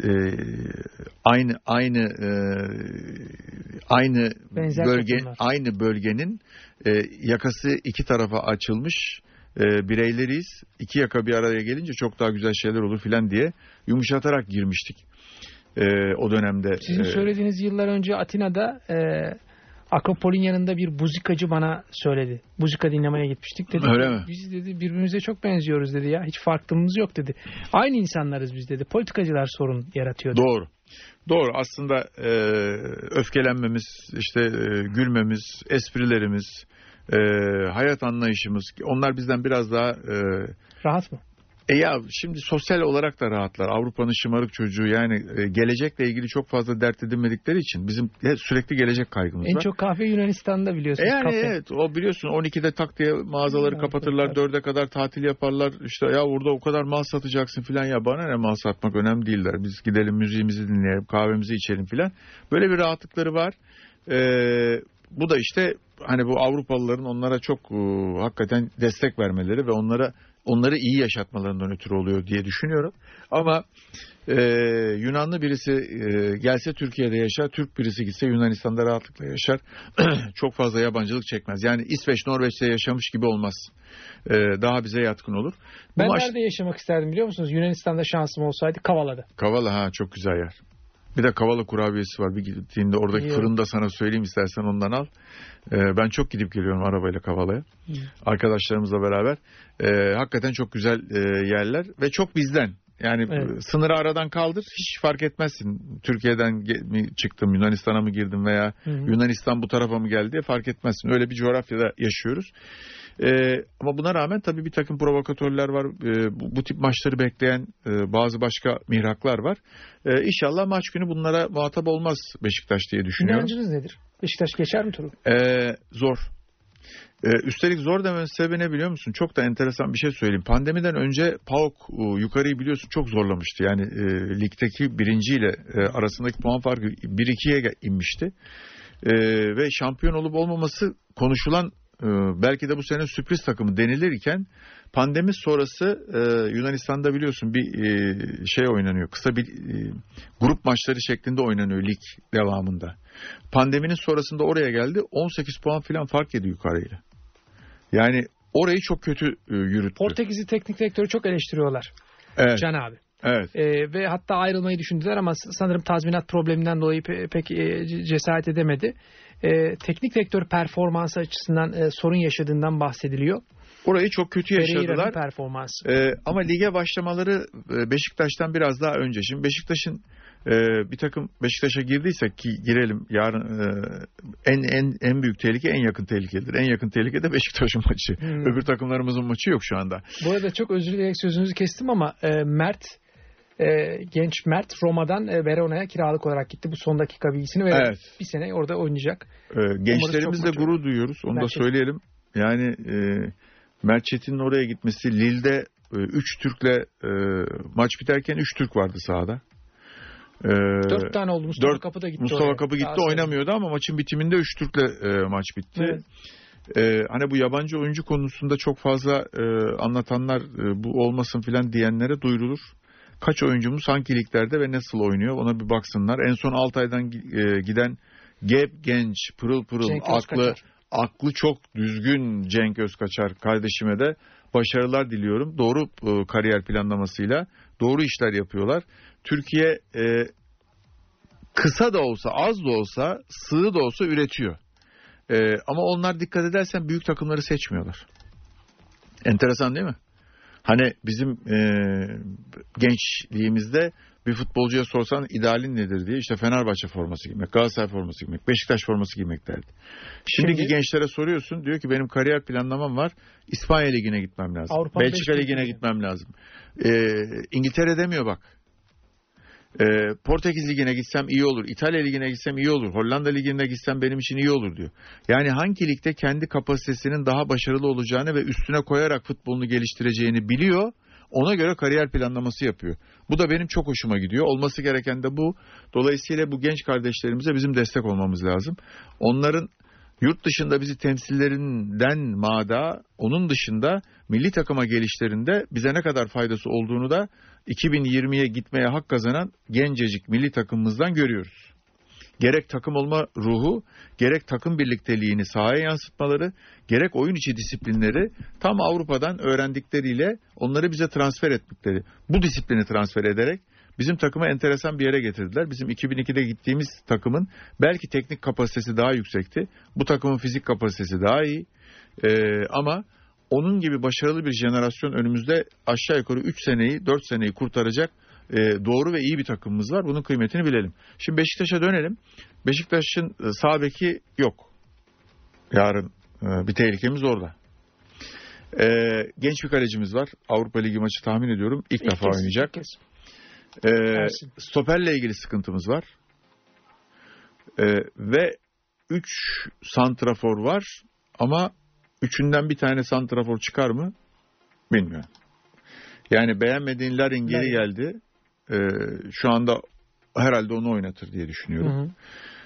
aynı bölgenin yakası iki tarafa açılmış bireyleriyiz. İki yaka bir araya gelince çok daha güzel şeyler olur filan diye yumuşatarak girmiştik o dönemde. Sizin söylediğiniz yıllar önce Atina'da Akropol'ün yanında bir buzikacı bana söyledi. Buzika dinlemeye gitmiştik dedi. Öyle mi? Biz dedi birbirimize çok benziyoruz dedi ya. Hiç farklılığımız yok dedi. Aynı insanlarız biz dedi. Politikacılar sorun yaratıyor dedi. Doğru. Aslında öfkelenmemiz, işte gülmemiz, esprilerimiz, hayat anlayışımız, onlar bizden biraz daha rahat mı? Ya şimdi sosyal olarak da rahatlar. Avrupa'nın şımarık çocuğu, yani gelecekle ilgili çok fazla dert edinmedikleri için bizim sürekli gelecek kaygımız var. En çok kahve Yunanistan'da biliyorsunuz. Yani kafe. Evet, o biliyorsun 12'de tak diye mağazaları kapatırlar, 4'e kadar tatil yaparlar. İşte ya burada o kadar mal satacaksın filan, ya bana ne, mal satmak önemli değiller. Biz gidelim müziğimizi dinleyelim, kahvemizi içelim filan. Böyle bir rahatlıkları var. Bu da işte hani bu Avrupalıların onlara çok hakikaten destek vermeleri ve onları iyi yaşatmalarından ötürü oluyor diye düşünüyorum. Ama Yunanlı birisi gelse Türkiye'de yaşar, Türk birisi gitse Yunanistan'da rahatlıkla yaşar. Çok fazla yabancılık çekmez. Yani İsveç, Norveç'te yaşamış gibi olmaz. Daha bize yatkın olur. Ben nerede yaşamak isterdim biliyor musunuz? Yunanistan'da şansım olsaydı Kavala'da. Kavala çok güzel yer. Bir de Kavala kurabiyesi var. Bir gittiğinde oradaki fırında sana söyleyeyim, istersen ondan al. Ben çok gidip geliyorum arabayla Kavala'ya. Arkadaşlarımızla beraber. Hakikaten çok güzel yerler ve çok bizden. Yani sınırı aradan kaldır, hiç fark etmezsin. Türkiye'den mi çıktım, Yunanistan'a mı girdim veya Yunanistan bu tarafa mı geldi diye fark etmezsin. Öyle bir coğrafyada yaşıyoruz. Ama buna rağmen tabii bir takım provokatörler var. Bu tip maçları bekleyen bazı başka mihraklar var. İnşallah maç günü bunlara muhatap olmaz Beşiktaş diye düşünüyorum. İnancınız nedir? Beşiktaş geçer mi turu? Zor. Üstelik zor demenin sebebi ne biliyor musun? Çok da enteresan bir şey söyleyeyim. Pandemiden önce PAOK yukarıyı biliyorsun çok zorlamıştı. Yani ligdeki birinciyle arasındaki puan farkı 1-2'ye inmişti. Ve şampiyon olup olmaması konuşulan, belki de bu sene sürpriz takımı denilirken pandemi sonrası Yunanistan'da biliyorsun bir şey oynanıyor. Kısa bir grup maçları şeklinde oynanıyor lig devamında. Pandeminin sonrasında oraya geldi. 18 puan falan fark yedi yukarıyla. Yani orayı çok kötü yürüttü. Portekizli teknik direktörü çok eleştiriyorlar. Evet. Can abi. Evet. Ve hatta ayrılmayı düşündüler ama sanırım tazminat probleminden dolayı pek cesaret edemedi. Teknik direktör performansı açısından sorun yaşadığından bahsediliyor. Orayı çok kötü yaşadılar. Performansı. Ama lige başlamaları Beşiktaş'tan biraz daha önce. Şimdi Beşiktaş'ın bir takım Beşiktaş'a girdiysek ki girelim yarın, en büyük tehlike en yakın tehlikedir. En yakın tehlike de Beşiktaş'ın maçı. Öbür takımlarımızın maçı yok şu anda. Bu arada çok özür dileyerek sözünüzü kestim ama genç Mert Roma'dan Verona'ya kiralık olarak gitti. Bu son dakika bilgisini ve bir sene orada oynayacak. Gençlerimizle gurur duyuyoruz. Onu da söyleyelim. Yani Mert Çetin'in oraya gitmesi, Lille'de 3 Türk'le maç biterken 3 Türk vardı sahada. 4 tane oldu. Mustafa Kapı da gitti. Mustafa Kapı gitti, oynamıyordu ama maçın bitiminde 3 Türk'le maç bitti. Evet. Hani bu yabancı oyuncu konusunda çok fazla anlatanlar bu olmasın filan diyenlere duyurulur. Kaç oyuncumuz hangi liglerde ve nasıl oynuyor ona bir baksınlar. En son Altay'dan giden genç, pırıl pırıl, aklı çok düzgün Cenk Özkaçar kardeşime de başarılar diliyorum. Doğru kariyer planlamasıyla doğru işler yapıyorlar. Türkiye kısa da olsa, az da olsa, sığ da olsa üretiyor. Ama onlar dikkat edersen büyük takımları seçmiyorlar. Enteresan değil mi? Hani bizim gençliğimizde bir futbolcuya sorsan idealin nedir diye işte Fenerbahçe forması giymek, Galatasaray forması giymek, Beşiktaş forması giymek derdi. Şimdiki gençlere soruyorsun, diyor ki benim kariyer planlamam var. İspanya Ligi'ne gitmem lazım. Belçika Ligi'ne gitmem lazım. İngiltere demiyor bak. Portekiz Ligi'ne gitsem iyi olur, İtalya Ligi'ne gitsem iyi olur, Hollanda Ligi'ne gitsem benim için iyi olur diyor. Yani hangi ligde kendi kapasitesinin daha başarılı olacağını ve üstüne koyarak futbolunu geliştireceğini biliyor. Ona göre kariyer planlaması yapıyor. Bu da benim çok hoşuma gidiyor. Olması gereken de bu. Dolayısıyla bu genç kardeşlerimize bizim destek olmamız lazım. Onların yurt dışında bizi temsillerinden mada, onun dışında milli takıma gelişlerinde bize ne kadar faydası olduğunu da 2020'ye gitmeye hak kazanan gencecik milli takımımızdan görüyoruz. Gerek takım olma ruhu, gerek takım birlikteliğini sahaya yansıtmaları, gerek oyun içi disiplinleri tam Avrupa'dan öğrendikleriyle onları bize transfer ettikleri. Bu disiplini transfer ederek bizim takımı enteresan bir yere getirdiler. Bizim 2002'de gittiğimiz takımın belki teknik kapasitesi daha yüksekti. Bu takımın fizik kapasitesi daha iyi. Ama onun gibi başarılı bir jenerasyon önümüzde aşağı yukarı 3 seneyi, 4 seneyi kurtaracak doğru ve iyi bir takımımız var. Bunun kıymetini bilelim. Şimdi Beşiktaş'a dönelim. Beşiktaş'ın sağ beki yok. Yarın bir tehlikemiz orada. Genç bir kalecimiz var. Avrupa Ligi maçı tahmin ediyorum. İlk defa oynayacak. Stoperle ilgili sıkıntımız var. Ve 3 santrafor var ama üçünden bir tane santrafor çıkar mı? Bilmiyorum. Yani beğenmediğin Larin geri geldi. Şu anda herhalde onu oynatır diye düşünüyorum.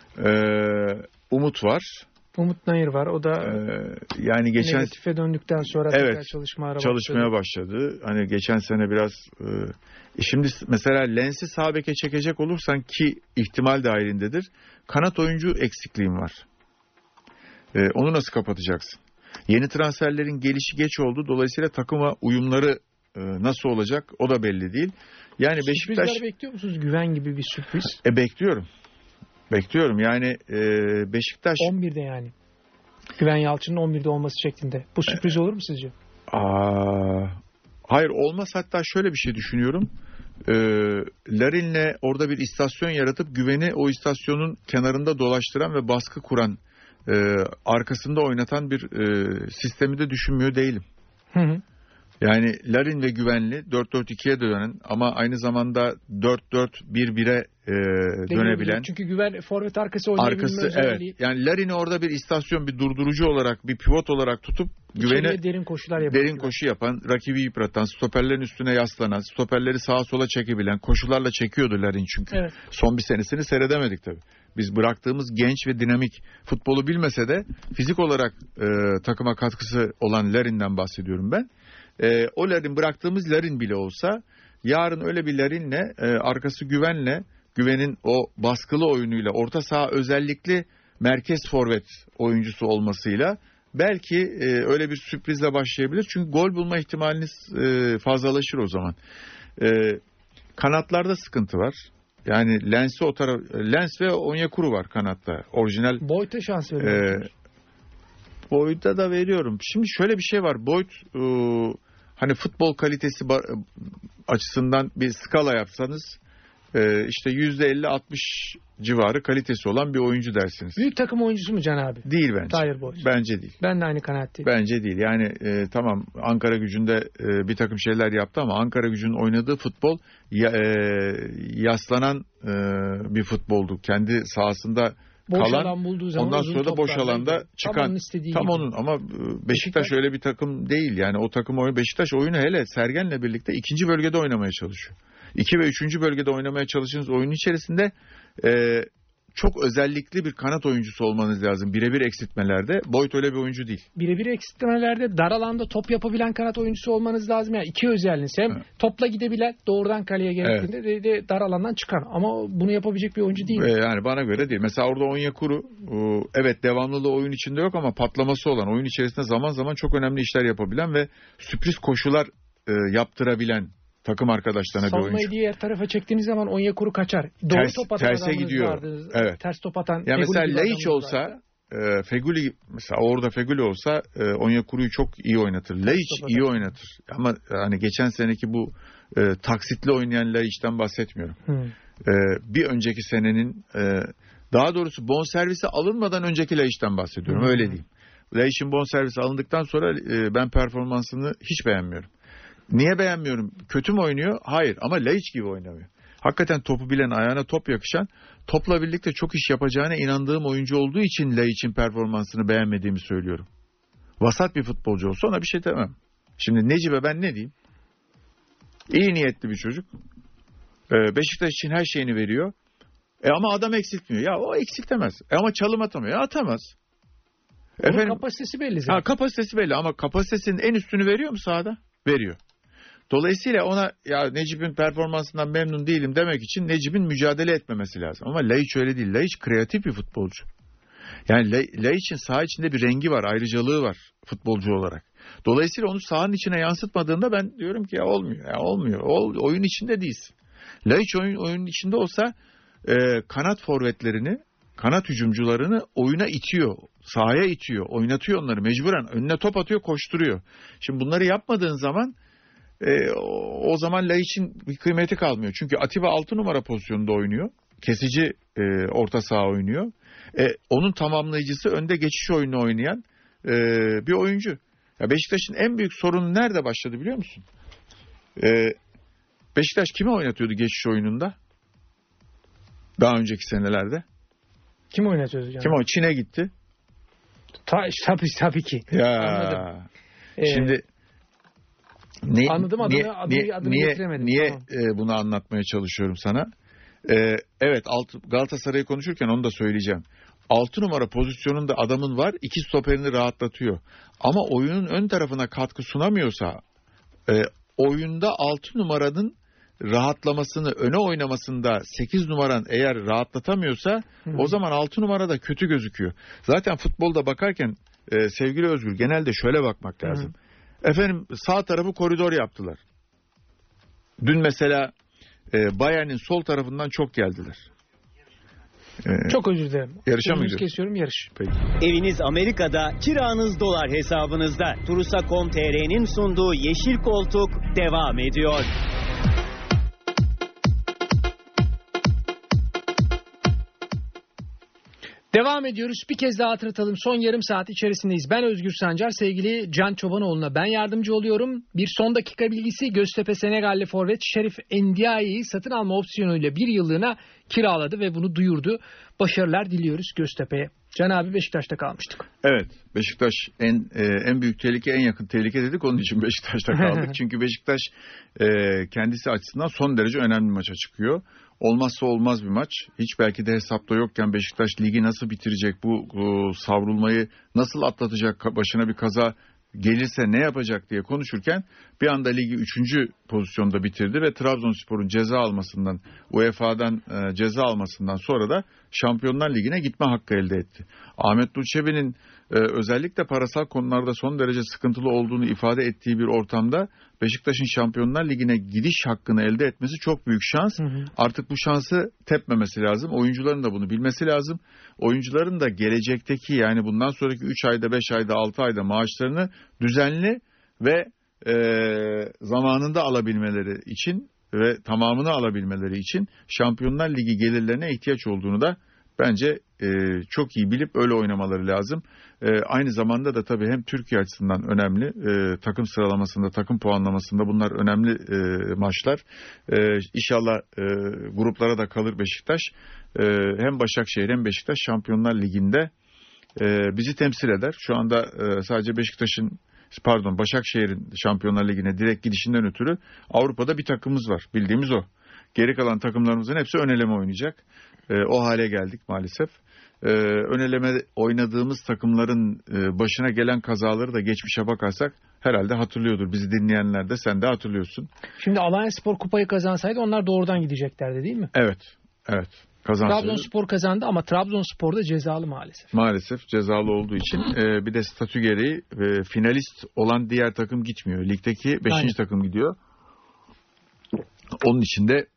Umut var. Umut Nayır var. O da yani geçen negatife döndükten sonra tekrar çalışmaya başladı. Hani geçen sene biraz şimdi mesela Lens'i sağ beke çekecek olursan ki ihtimal dahilindedir. Kanat oyuncu eksikliğim var. Onu nasıl kapatacaksın? Yeni transferlerin gelişi geç oldu. Dolayısıyla takıma uyumları nasıl olacak o da belli değil. Yani Beşiktaş... Sürprizler bekliyor musunuz? Güven gibi bir sürpriz. Bekliyorum. Yani Beşiktaş... 11'de yani. Güven Yalçın'ın 11'de olması şeklinde. Bu sürpriz olur mu sizce? Hayır olmaz. Hatta şöyle bir şey düşünüyorum. Larin'le orada bir istasyon yaratıp Güven'i o istasyonun kenarında dolaştıran ve baskı kuran, arkasında oynatan bir sistemi de düşünmüyor değilim. Hı. Yani Larin ve Güvenli 4-4-2'ye dönen ama aynı zamanda 4-4-1-1'e dönebilen. Çünkü Güven forvet arkası oynayabilme özelliği. Evet. Yani Larin'i orada bir istasyon, bir durdurucu olarak, bir pivot olarak tutup Güven'e derin koşu yapan, rakibi yıpratan, stoperlerin üstüne yaslanan, stoperleri sağa sola çekebilen, koşularla çekiyordu Larin çünkü. Evet. Son bir senesini seyredemedik tabii. Biz bıraktığımız genç ve dinamik futbolu bilmese de fizik olarak takıma katkısı olan Larin'den bahsediyorum ben. O Larin bıraktığımız Larin bile olsa yarın öyle bir Larin'le arkası Güven'in o baskılı oyunuyla orta saha özellikle merkez forvet oyuncusu olmasıyla belki öyle bir sürprizle başlayabilir. Çünkü gol bulma ihtimaliniz fazlalaşır o zaman. Kanatlarda sıkıntı var. Yani Lens ve Onyekuru var kanatta. Orijinal. Boyd'a şans veriyor. Boyd'a da veriyorum. Şimdi şöyle bir şey var. Boyd hani futbol kalitesi açısından bir skala yapsanız işte %50-60 civarı kalitesi olan bir oyuncu dersiniz. Büyük takım oyuncusu mu Can abi? Değil bence. Tahir Boyd. Bence değil. Ben de aynı kanaatteyim. Bence değil. Yani tamam Ankara Gücü'nde bir takım şeyler yaptı ama Ankara Gücü'nün oynadığı futbol yaslanan bir futboldu. Kendi sahasında boş alan bulduğu zaman ondan sonra da boş alanda çıkan tam onun ama Beşiktaş öyle bir takım değil. Yani o takım Beşiktaş oyunu hele Sergen'le birlikte ikinci bölgede oynamaya çalışıyor. 2 ve 3. bölgede oynamaya çalıştığınız oyunun içerisinde çok özellikli bir kanat oyuncusu olmanız lazım. Birebir eksiltmelerde. Boyd öyle bir oyuncu değil. Birebir eksiltmelerde dar alanda top yapabilen kanat oyuncusu olmanız lazım. Yani iki özelliğiniz. Hem topla gidebilen doğrudan kaleye gerektiğinde de dar alandan çıkan. Ama bunu yapabilecek bir oyuncu değil. Yani bana göre değil. Mesela orada Onyekuru evet devamlılığı oyun içinde yok ama patlaması olan, oyun içerisinde zaman zaman çok önemli işler yapabilen ve sürpriz koşular yaptırabilen takım arkadaşlarına bir oyuncu. Savunmayı diğer tarafa çektiğiniz zaman Onyekuru kaçar. Doğru top atan terse gidiyor. Vardı. Evet. Ters top atan. Ya mesela Laiç olsa Feguli mesela orada Feguli olsa Onyekuru'yu çok iyi oynatır. Laiç iyi oynatır. Ama hani geçen seneki bu taksitli oynayan Laiç'ten bahsetmiyorum. Bir önceki senenin daha doğrusu bonservisi alınmadan önceki Laiç'ten bahsediyorum. Öyle diyeyim. Laiç'in bonservisi alındıktan sonra ben performansını hiç beğenmiyorum. Niye beğenmiyorum? Kötü mü oynuyor? Hayır ama Laiç gibi oynamıyor. hakikaten topu bilen, ayağına top yakışan, topla birlikte çok iş yapacağına inandığım oyuncu olduğu için Laiç'in performansını beğenmediğimi söylüyorum. Vasat bir futbolcu olsa ona bir şey demem. Şimdi Necip'e ben ne diyeyim? İyi niyetli bir çocuk. Beşiktaş için her şeyini veriyor. Ama adam eksiltmiyor. Ya o eksiltemez. Ama çalım atamıyor. Ya atamaz. Onun kapasitesi belli zaten. Kapasitesi belli ama kapasitesinin en üstünü veriyor mu sahada? Veriyor. Dolayısıyla ona ya Necip'in performansından memnun değilim demek için Necip'in mücadele etmemesi lazım. Ama Laiç öyle değil. Laiç kreatif bir futbolcu. Yani Laiç'in saha içinde bir rengi var, ayrıcalığı var futbolcu olarak. Dolayısıyla onu sahanın içine yansıtmadığında ben diyorum ki ya olmuyor. Ya olmuyor. Oyun içinde değilsin. Laiç oyunun içinde olsa kanat forvetlerini, kanat hücumcularını oyuna itiyor. Sahaya itiyor. Oynatıyor onları mecburen. Önüne top atıyor, koşturuyor. Şimdi bunları yapmadığın zaman o zaman Laiç'in bir kıymeti kalmıyor. Çünkü Atiba 6 numara pozisyonunda oynuyor. Kesici orta saha oynuyor. Onun tamamlayıcısı önde geçiş oyunu oynayan bir oyuncu. Ya Beşiktaş'ın en büyük sorunu nerede başladı biliyor musun? Beşiktaş kimi oynatıyordu geçiş oyununda? Daha önceki senelerde. Kim oynatıyordu canım? Kim o? Çin'e gitti. Tabii ki. Ya. Anladım. Şimdi anladım adını getiremedim. Niye tamam. Bunu anlatmaya çalışıyorum sana? Evet Galatasaray'ı konuşurken onu da söyleyeceğim. 6 numara pozisyonunda adamın var, iki stoperini rahatlatıyor. Ama oyunun ön tarafına katkı sunamıyorsa oyunda 6 numaranın rahatlamasını, öne oynamasında 8 numaran eğer rahatlatamıyorsa o zaman 6 numara da kötü gözüküyor. Zaten futbolda bakarken sevgili Özgür genelde şöyle bakmak lazım. Efendim sağ tarafı koridor yaptılar. Dün mesela Bayern'in sol tarafından çok geldiler. Çok özür dilerim. Yarışa mı gidiyoruz? Kesiyorum yarış. Peki. Eviniz Amerika'da, kiranız dolar hesabınızda. Turusa.com.tr'nin sunduğu Yeşil Koltuk devam ediyor. Devam ediyoruz. Bir kez daha hatırlatalım. Son yarım saat içerisindeyiz. Ben Özgür Sancar, sevgili Can Çobanoğlu'na ben yardımcı oluyorum. Bir son dakika bilgisi: Göztepe Senegalli forvet Şerif Ndiaye'yi satın alma opsiyonuyla bir yıllığına kiraladı ve bunu duyurdu. Başarılar diliyoruz Göztepe'ye. Can abi, Beşiktaş'ta kalmıştık. Evet, Beşiktaş en büyük tehlike, en yakın tehlike dedik, onun için Beşiktaş'ta kaldık. Çünkü Beşiktaş kendisi açısından son derece önemli bir maça çıkıyor. Olmazsa olmaz bir maç. Hiç belki de hesapta yokken Beşiktaş ligi nasıl bitirecek, bu savrulmayı nasıl atlatacak, başına bir kaza gelirse ne yapacak diye konuşurken bir anda ligi 3. pozisyonda bitirdi ve Trabzonspor'un ceza almasından, UEFA'dan ceza almasından sonra da Şampiyonlar Ligi'ne gitme hakkı elde etti. Ahmet Nur Çebi'nin özellikle parasal konularda son derece sıkıntılı olduğunu ifade ettiği bir ortamda Beşiktaş'ın Şampiyonlar Ligi'ne gidiş hakkını elde etmesi çok büyük şans. Artık bu şansı tepmemesi lazım. Oyuncuların da bunu bilmesi lazım. Oyuncuların da gelecekteki, yani bundan sonraki 3 ayda, 5 ayda, 6 ayda maaşlarını düzenli ve zamanında alabilmeleri için ve tamamını alabilmeleri için Şampiyonlar Ligi gelirlerine ihtiyaç olduğunu da bence çok iyi bilip öyle oynamaları lazım. Aynı zamanda da tabii hem Türkiye açısından önemli, takım sıralamasında, takım puanlamasında bunlar önemli maçlar. İnşallah gruplara da kalır Beşiktaş. Hem Başakşehir hem Beşiktaş Şampiyonlar Ligi'nde bizi temsil eder. Şu anda sadece Başakşehir'in Şampiyonlar Ligi'ne direkt gidişinden ötürü Avrupa'da bir takımımız var. Bildiğimiz o. Geri kalan takımlarımızın hepsi ön eleme oynayacak. O hale geldik maalesef. Ön eleme oynadığımız takımların başına gelen kazaları da geçmişe bakarsak herhalde hatırlıyordur. Bizi dinleyenler de, sen de hatırlıyorsun. Şimdi Alanyaspor kupayı kazansaydı onlar doğrudan gideceklerdi değil mi? Evet. Trabzonspor kazandı ama Trabzonspor da cezalı maalesef. Maalesef cezalı olduğu için bir de statü gereği finalist olan diğer takım gitmiyor. Ligdeki 5. takım gidiyor. Onun için de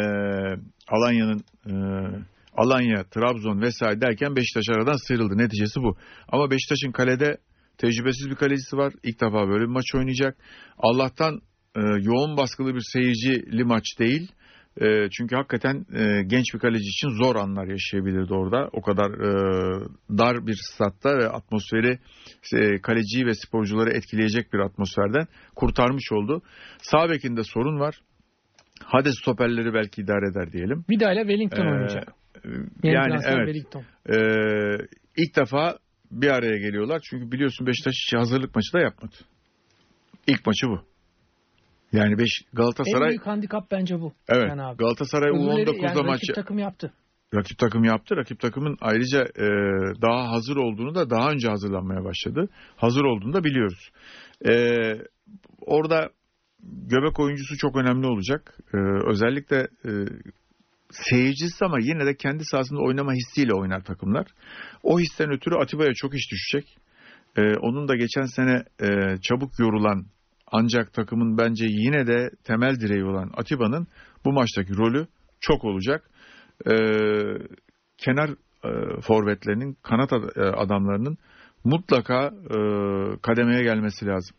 Alanya, Trabzon vesaire derken Beşiktaş aradan sıyrıldı. Neticesi bu. Ama Beşiktaş'ın kalede tecrübesiz bir kalecisi var. İlk defa böyle bir maç oynayacak. Allah'tan yoğun baskılı bir seyircili maç değil. Çünkü hakikaten genç bir kaleci için zor anlar yaşayabilirdi orada. O kadar dar bir statta ve atmosferi kaleciyi ve sporcuları etkileyecek bir atmosferden kurtarmış oldu. Sağ bekinde sorun var. Hadi stoperleri belki idare eder diyelim. Vida ile Wellington oynayacak. Yani evet. Wellington. İlk defa bir araya geliyorlar. Çünkü biliyorsun Beşiktaş hiç hazırlık maçı da yapmadı. İlk maçı bu. Yani Galatasaray... En büyük handikap bence bu. Evet. Yani abi. Galatasaray U19'da maçı... Rakip takım yaptı. Rakip takım yaptı. Rakip takımın ayrıca daha hazır olduğunu da daha önce hazırlanmaya başladı. Hazır olduğunu da biliyoruz. Orada göbek oyuncusu çok önemli olacak. Özellikle seyircisiz ama yine de kendi sahasında oynama hissiyle oynar takımlar. O histen ötürü Atiba'ya çok iş düşecek. Onun da geçen sene çabuk yorulan ancak takımın bence yine de temel direği olan Atiba'nın bu maçtaki rolü çok olacak. Kenar forvetlerinin, kanat adamlarının mutlaka kademeye gelmesi lazım.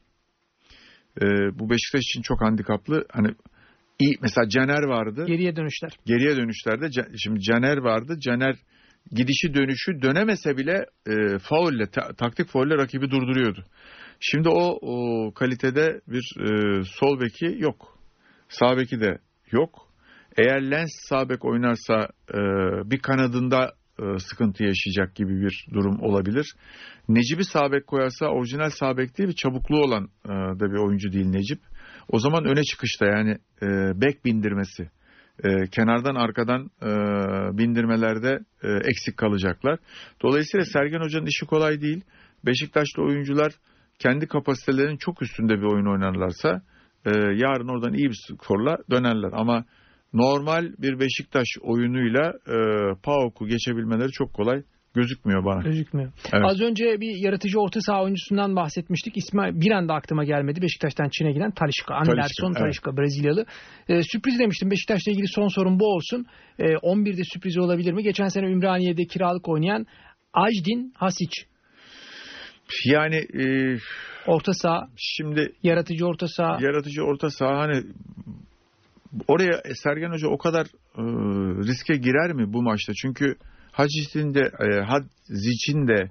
Bu Beşiktaş için çok handikaplı. Hani iyi, mesela Caner vardı. Geriye dönüşlerde şimdi Caner vardı. Caner gidişi dönüşü dönemese bile taktik faulle rakibi durduruyordu. Şimdi o kalitede bir sol beki yok. Sağ beki de yok. Eğer Lens sağ bek oynarsa bir kanadında sıkıntı yaşayacak gibi bir durum olabilir. Necip'i sağ bek koyarsa orijinal sağ bek değil, bir çabukluğu olan da bir oyuncu değil Necip. O zaman öne çıkışta yani bek bindirmesi, kenardan arkadan bindirmelerde eksik kalacaklar. Dolayısıyla Sergen Hoca'nın işi kolay değil. Beşiktaşlı oyuncular kendi kapasitelerinin çok üstünde bir oyun oynarlarsa yarın oradan iyi bir skorla dönerler. Ama normal bir Beşiktaş oyunuyla PAOK'u geçebilmeleri çok kolay gözükmüyor bana. Gözükmüyor. Evet. Az önce bir yaratıcı orta saha oyuncusundan bahsetmiştik. İsmi bir anda aklıma gelmedi. Beşiktaş'tan Çin'e giden Talisca. Anderson Talisca, evet. Brezilyalı. Sürpriz demiştim. Beşiktaş'la ilgili son sorun bu olsun. 11'de sürpriz olabilir mi? Geçen sene Ümraniye'de kiralık oynayan Ajdin Hasic. Yani orta saha. Şimdi yaratıcı orta saha hani oraya Sergen Hoca o kadar riske girer mi bu maçta? Çünkü Hacic'in de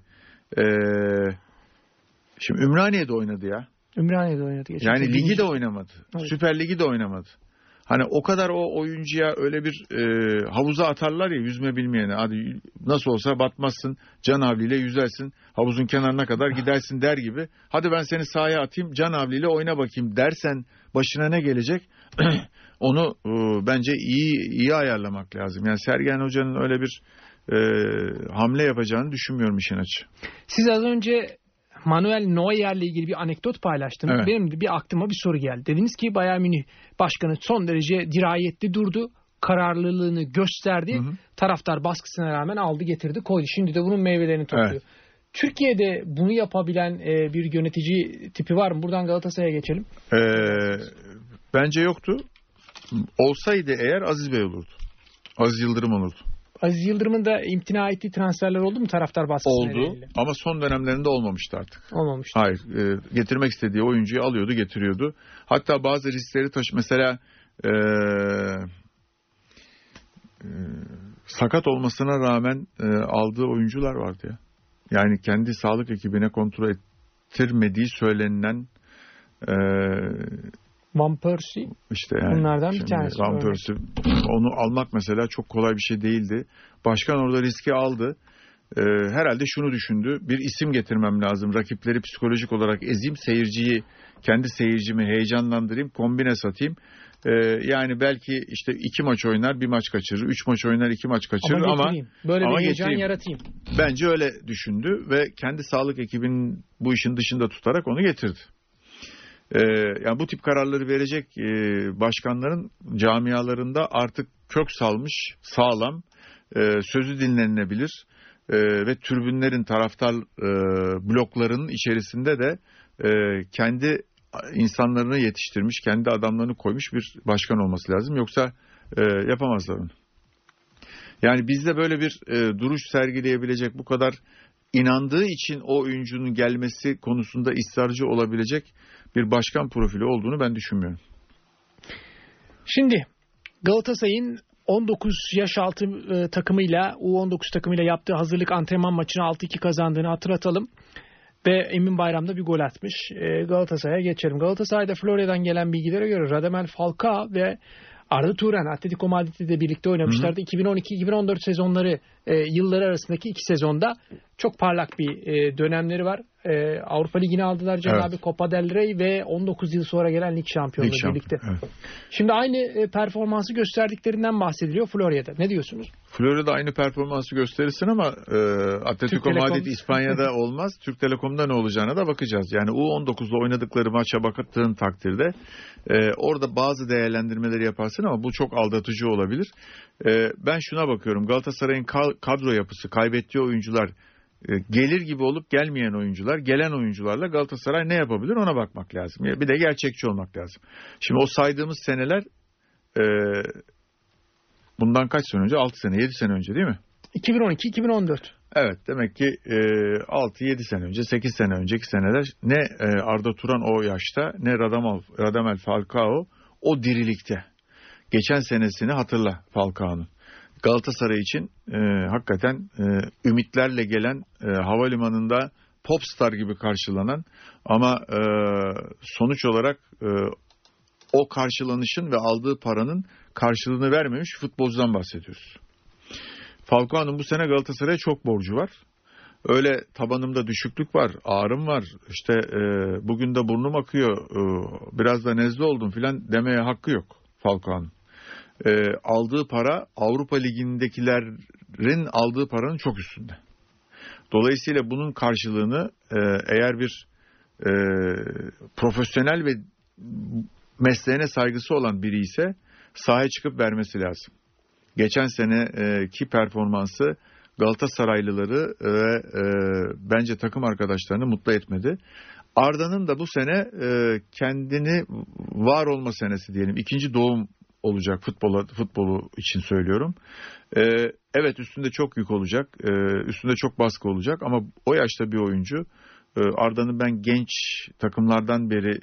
şimdi Ümraniye'de oynadı ya. Ümraniye'de oynadı. Yani ligi de oynamadı. Evet. Süper Ligi de oynamadı. Hani o kadar o oyuncuya öyle bir havuza atarlar ya, yüzme bilmeyene. Hadi nasıl olsa batmazsın, can havliyle yüzersin, havuzun kenarına kadar gidersin der gibi. Hadi ben seni sahaya atayım, can havliyle oyna bakayım dersen başına ne gelecek? Onu bence iyi ayarlamak lazım. Yani Sergen Hoca'nın öyle bir hamle yapacağını düşünmüyorum işin açığı. Siz az önce Manuel Neuer'le ilgili bir anekdot paylaştınız. Evet. Benim de aklıma bir soru geldi. Dediniz ki Bayern Münih başkanı son derece dirayetli durdu. Kararlılığını gösterdi. Hı hı. Taraftar baskısına rağmen aldı, getirdi, koydu. Şimdi de bunun meyvelerini topluyor. Evet. Türkiye'de bunu yapabilen bir yönetici tipi var mı? Buradan Galatasaray'a geçelim. Bence yoktu. Olsaydı eğer Aziz Bey olurdu. Aziz Yıldırım olurdu. Aziz Yıldırım'ın da imtina ettiği transferler oldu mu taraftar baskısına? Oldu ama son dönemlerinde olmamıştı artık. Olmamıştı. Hayır. Getirmek istediği oyuncuyu alıyordu, getiriyordu. Hatta bazı riskleri mesela sakat olmasına rağmen aldığı oyuncular vardı ya. Yani kendi sağlık ekibine kontrol ettirmediği söylenilen Van Persie. İşte yani bunlardan bir tanesi. Van Persie. Onu almak mesela çok kolay bir şey değildi. Başkan orada riski aldı. Herhalde şunu düşündü. Bir isim getirmem lazım. Rakipleri psikolojik olarak ezeyim. Kendi seyircimi heyecanlandırayım. Kombine satayım. Yani belki işte 2 maç oynar, 1 maç kaçırır. 3 maç oynar, 2 maç kaçırır ama böyle bir heyecan yaratayım. Bence öyle düşündü ve kendi sağlık ekibinin bu işin dışında tutarak onu getirdi. Yani bu tip kararları verecek başkanların camialarında artık kök salmış, sağlam, sözü dinlenilebilir ve tribünlerin, taraftar bloklarının içerisinde de kendi insanlarını yetiştirmiş, kendi adamlarını koymuş bir başkan olması lazım. Yoksa yapamazlar onu. Yani bizde böyle bir duruş sergileyebilecek, bu kadar inandığı için o oyuncunun gelmesi konusunda ısrarcı olabilecek bir başkan profili olduğunu ben düşünmüyorum. Şimdi Galatasaray'ın 19 yaş altı takımıyla U19 takımıyla yaptığı hazırlık antrenman maçını 6-2 kazandığını hatırlatalım. Ve Emin Bayram'da bir gol atmış. Galatasaray'a geçelim. Galatasaray'da Florya'dan gelen bilgilere göre Radamel Falcao ve Arda Turan, Atletico Madrid'de de birlikte oynamışlardı. 2012-2014 sezonları yılları arasındaki 2 sezonda çok parlak bir dönemleri var. Avrupa Ligi'ni aldılar Cenab-ı Copa del Rey ve 19 yıl sonra gelen lig şampiyonluğu birlikte. Evet. Şimdi aynı performansı gösterdiklerinden bahsediliyor Florya'da. Ne diyorsunuz? Florya'da aynı performansı gösterirsin ama Atletico Madrid İspanya'da olmaz. Türk Telekom'da ne olacağına da bakacağız. Yani U19'da oynadıkları maça baktığın takdirde orada bazı değerlendirmeleri yaparsın ama bu çok aldatıcı olabilir. Ben şuna bakıyorum. Galatasaray'ın kadro yapısı, kaybettiği oyuncular, gelir gibi olup gelmeyen oyuncular, gelen oyuncularla Galatasaray ne yapabilir ona bakmak lazım. Bir de gerçekçi olmak lazım. Şimdi o saydığımız seneler bundan kaç sene önce? 6 sene, 7 sene önce değil mi? 2012-2014. Evet, demek ki 6-7 sene önce, 8 sene önceki seneler ne Arda Turan o yaşta ne Radamel Falcao o dirilikte. Geçen senesini hatırla Falcao'nun. Galatasaray için hakikaten ümitlerle gelen havalimanında popstar gibi karşılanan ama sonuç olarak o karşılanışın ve aldığı paranın karşılığını vermemiş futbolcudan bahsediyoruz. Falcao'nun bu sene Galatasaray'a çok borcu var. Öyle tabanımda düşüklük var, ağrım var, işte bugün de burnum akıyor, biraz da nezle oldum filan demeye hakkı yok Falcao'nun. Aldığı para Avrupa Ligi'ndekilerin aldığı paranın çok üstünde. Dolayısıyla bunun karşılığını eğer bir profesyonel ve mesleğine saygısı olan biri ise sahaya çıkıp vermesi lazım. Geçen seneki performansı Galatasaraylıları ve bence takım arkadaşlarını mutlu etmedi. Arda'nın da bu sene kendini var olma senesi diyelim. İkinci doğum olacak futbolu için söylüyorum. Evet, üstünde çok yük olacak. Üstünde çok baskı olacak ama o yaşta bir oyuncu. Arda'nın ben genç takımlardan beri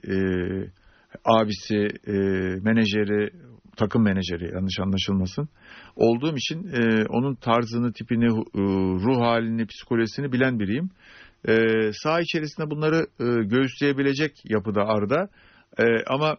abisi, menajeri, takım menajeri yanlış anlaşılmasın olduğum için onun tarzını, tipini, ruh halini, psikolojisini bilen biriyim. Saha içerisinde bunları göğüsleyebilecek yapıda Arda. Ama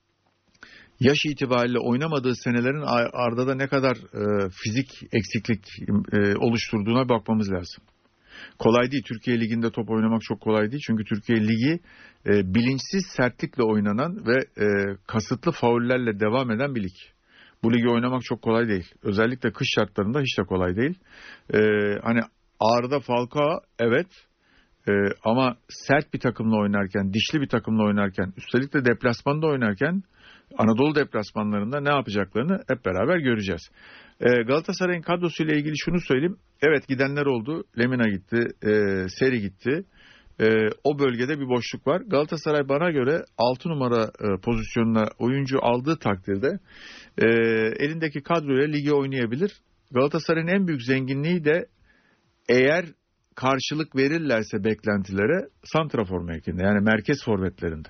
yaş itibariyle oynamadığı senelerin Arda'da ne kadar fizik eksiklik oluşturduğuna bakmamız lazım. Kolay değil. Türkiye Ligi'nde top oynamak çok kolay değil. Çünkü Türkiye Ligi bilinçsiz sertlikle oynanan ve kasıtlı faullerle devam eden bir lig. Bu ligi oynamak çok kolay değil. Özellikle kış şartlarında hiç de kolay değil. Hani Arda, Falcao evet ama sert bir takımla oynarken, dişli bir takımla oynarken, üstelik de deplasmanda oynarken Anadolu deplasmanlarında ne yapacaklarını hep beraber göreceğiz. Galatasaray'ın kadrosuyla ilgili şunu söyleyeyim. Evet, gidenler oldu. Lemina gitti, Seri gitti. O bölgede bir boşluk var. Galatasaray bana göre 6 numara pozisyonuna oyuncu aldığı takdirde elindeki kadroyla ligi oynayabilir. Galatasaray'ın en büyük zenginliği de eğer karşılık verirlerse beklentilere santrafor mevkinde, yani merkez forvetlerinde.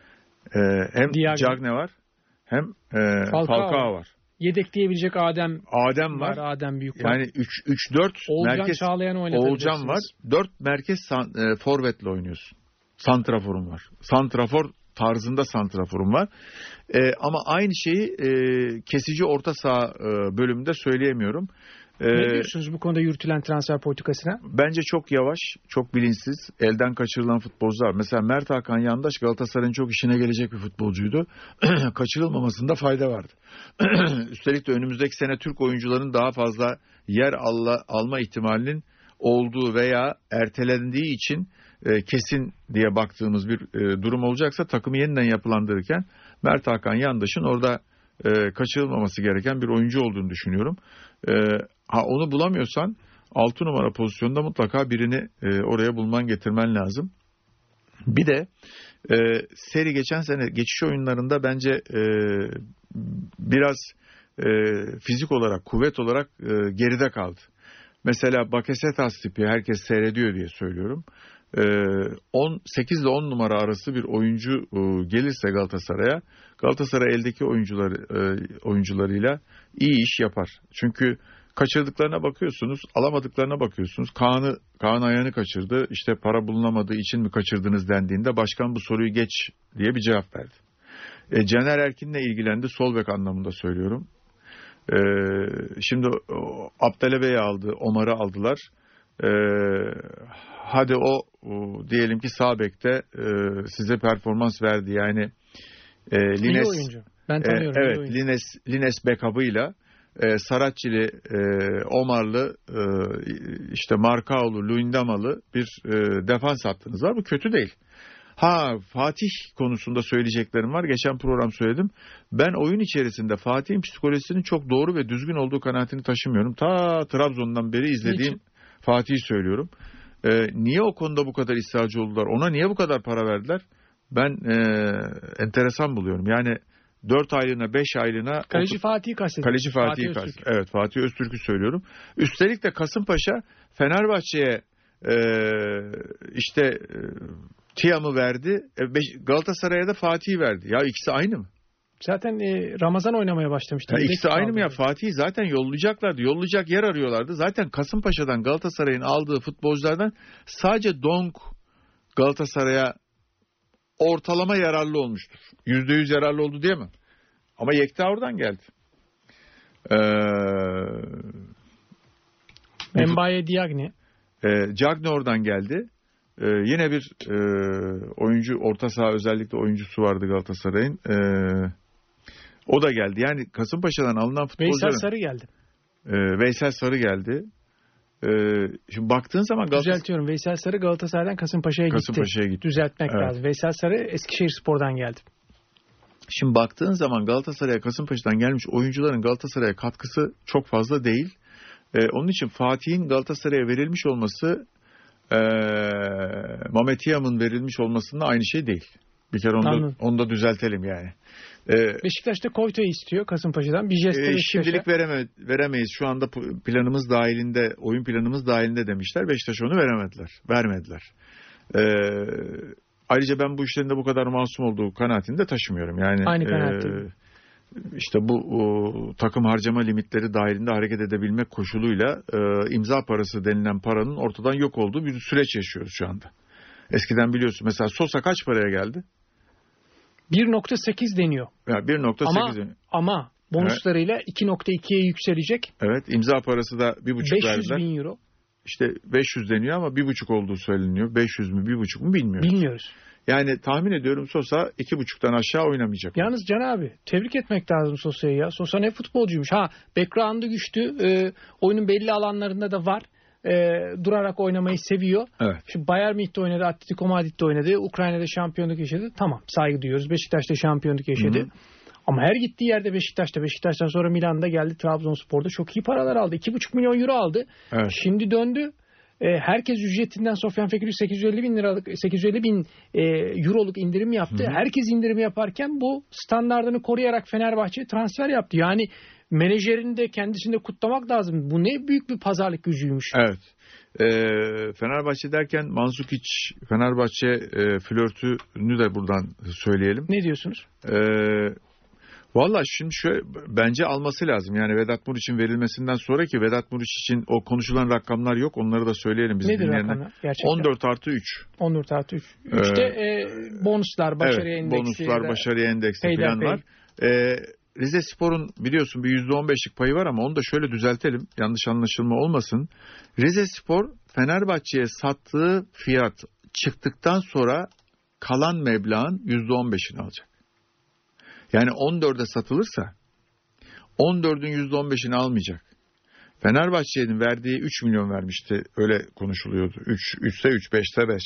Hem Cagne var hem Falcao var. Yedekleyebilecek Adem var. Adem büyük var. Yani 3-4 merkez Çağlayan oynatabilirsiniz. Oğulcan var. 4 merkez forvetle oynuyorsun. Santraforun var. Santrafor tarzında santraforum var. Ama aynı şeyi kesici orta saha bölümünde söyleyemiyorum. Ne diyorsunuz bu konuda yürütülen transfer politikasına? Bence çok yavaş, çok bilinçsiz, elden kaçırılan futbolcular. Mesela Mert Hakan Yandaş Galatasaray'ın çok işine gelecek bir futbolcuydu. Kaçırılmamasında fayda vardı. Üstelik de önümüzdeki sene Türk oyuncuların daha fazla yer alma ihtimalinin olduğu veya ertelendiği için kesin diye baktığımız bir durum olacaksa takımı yeniden yapılandırırken Mert Hakan Yandaş'ın orada kaçırılmaması gereken bir oyuncu olduğunu düşünüyorum. Onu bulamıyorsan 6 numara pozisyonda mutlaka birini oraya bulman, getirmen lazım. Bir de Seri geçen sene geçiş oyunlarında bence biraz fizik olarak, kuvvet olarak geride kaldı. Mesela Bakasetas tipi herkes seyrediyor diye söylüyorum. 8 ile 10 numara arası bir oyuncu gelirse Galatasaray eldeki oyuncularıyla iyi iş yapar. Çünkü kaçırdıklarına bakıyorsunuz, alamadıklarına bakıyorsunuz. Kaan ayağını kaçırdı. İşte para bulunamadığı için mi kaçırdınız dendiğinde başkan bu soruyu geç diye bir cevap verdi. Caner Erkin'le ilgilendi. Sol bek anlamında söylüyorum. Şimdi Abdallah Bey'i aldı. Omar'ı aldılar. Hadi o diyelim ki sağ bekte size performans verdi. Yani Lines oyuncu. Ben tanıyorum. Evet, Lines backup'ıyla Saratçılı, Omarlı, işte Markaoğlu, Luyendamalı bir defans hattınız var. Bu kötü değil. Fatih konusunda söyleyeceklerim var. Geçen program söyledim. Ben oyun içerisinde Fatih'in psikolojisinin çok doğru ve düzgün olduğu kanaatini taşımıyorum. Ta Trabzon'dan beri izlediğim Fatih'i söylüyorum. Niye o konuda bu kadar ısrarcı oldular? Ona niye bu kadar para verdiler? Ben enteresan buluyorum. Yani 4 aylığına 5 aylığına... Kaleci Fatih'i kastediyor. Kaleci Fatih'i kastediyor. Evet, Fatih Öztürk'ü söylüyorum. Üstelik de Kasımpaşa Fenerbahçe'ye Tiam'ı verdi. Galatasaray'a da Fatih'i verdi. Ya ikisi aynı mı? Zaten Ramazan oynamaya başlamıştı. İkisi aynı mı ya? Fatih'i zaten yollayacaklardı. Yollayacak yer arıyorlardı. Zaten Kasımpaşa'dan Galatasaray'ın aldığı futbolculardan sadece Donk Galatasaray'a ortalama yararlı olmuştur. %100 yararlı oldu diye mi? Ama Yekta oradan geldi. Mbaye Diagne. Diagne oradan geldi. Yine bir oyuncu, orta saha özellikle oyuncusu vardı Galatasaray'ın. O da geldi. Yani Kasımpaşa'dan alınan futbolcuların... Veysel Sarı geldi. Veysel Sarı geldi. Şimdi baktığın zaman Düzeltiyorum. Veysel Sarı Galatasaray'dan Kasımpaşa'ya gitti. Düzeltmek lazım. Veysel Sarı Eskişehirspor'dan geldi. Şimdi baktığın zaman Galatasaray'a Kasımpaşa'dan gelmiş oyuncuların Galatasaray'a katkısı çok fazla değil. Onun için Fatih'in Galatasaray'a verilmiş olması Mehmet Yam'ın verilmiş olmasının aynı şey değil. Bir kere onu da düzeltelim yani. Beşiktaş'ta Koyto'yu istiyor Kasımpaşa'dan. Bir jestle şimdilik veremeyiz. Şu anda planımız dahilinde, oyun planımız dahilinde demişler. Beşiktaş onu vermediler. Ayrıca ben bu işlerin de bu kadar masum olduğu kanaatini de taşımıyorum. Yani aynı kanaatim. İşte bu takım harcama limitleri dahilinde hareket edebilmek koşuluyla imza parası denilen paranın ortadan yok olduğu bir süreç yaşıyoruz şu anda. Eskiden biliyorsun mesela Sosa kaç paraya geldi? 1.8 deniyor. Ya 1.8 deniyor. Ama bonuslarıyla 2.2'ye yükselecek. Evet, imza parası da 1.5 verdiler. 500 bin euro. İşte 500 deniyor ama 1.5 olduğu söyleniyor. 500 mü 1.5 mu bilmiyoruz. Yani tahmin ediyorum Sosa 2.5'tan aşağı oynamayacak. Yalnız Can abi tebrik etmek lazım Sosa'yı ya. Sosa ne futbolcuymuş. Background'ı güçlü. Oyunun belli alanlarında da var. Durarak oynamayı seviyor. Evet. Şimdi Bayern Münih'te oynadı, Atletico Madrid'de oynadı, Ukrayna'da şampiyonluk yaşadı. Tamam, saygı duyuyoruz. Beşiktaş'ta şampiyonluk yaşadı. Hı-hı. Ama her gittiği yerde Beşiktaş'tan sonra Milan'da geldi, Trabzonspor'da çok iyi paralar aldı. 2,5 milyon euro aldı. Evet. Şimdi döndü. Herkes ücretinden Sofyan Fekir'i 850 bin euroluk indirim yaptı. Hı-hı. Herkes indirim yaparken bu standardını koruyarak Fenerbahçe transfer yaptı. Yani menajerini de kendisini de kutlamak lazım. Bu ne büyük bir pazarlık gücüymüş. Evet. Fenerbahçe derken Mandzukic Fenerbahçe flörtünü de buradan söyleyelim. Ne diyorsunuz? Vallahi şimdi şöyle, bence alması lazım. Yani Vedat Muriç'in verilmesinden sonraki Vedat Muriç için o konuşulan rakamlar yok. Onları da söyleyelim biz dinleyenler. Nedir rakamlar? Gerçekten. 14+3. 14+3. 3'te bonuslar, başarı endeksi. Bonuslar, başarı endeksi falan var. Rize Spor'un biliyorsun bir %15'lik payı var ama onu da şöyle düzeltelim. Yanlış anlaşılma olmasın. Rize Spor Fenerbahçe'ye sattığı fiyat çıktıktan sonra kalan meblağın %15'ini alacak. Yani 14'e satılırsa 14'ün %15'ini almayacak. Fenerbahçe'nin verdiği 3 milyon vermişti. Öyle konuşuluyordu. 3'te 3, 5'te 5.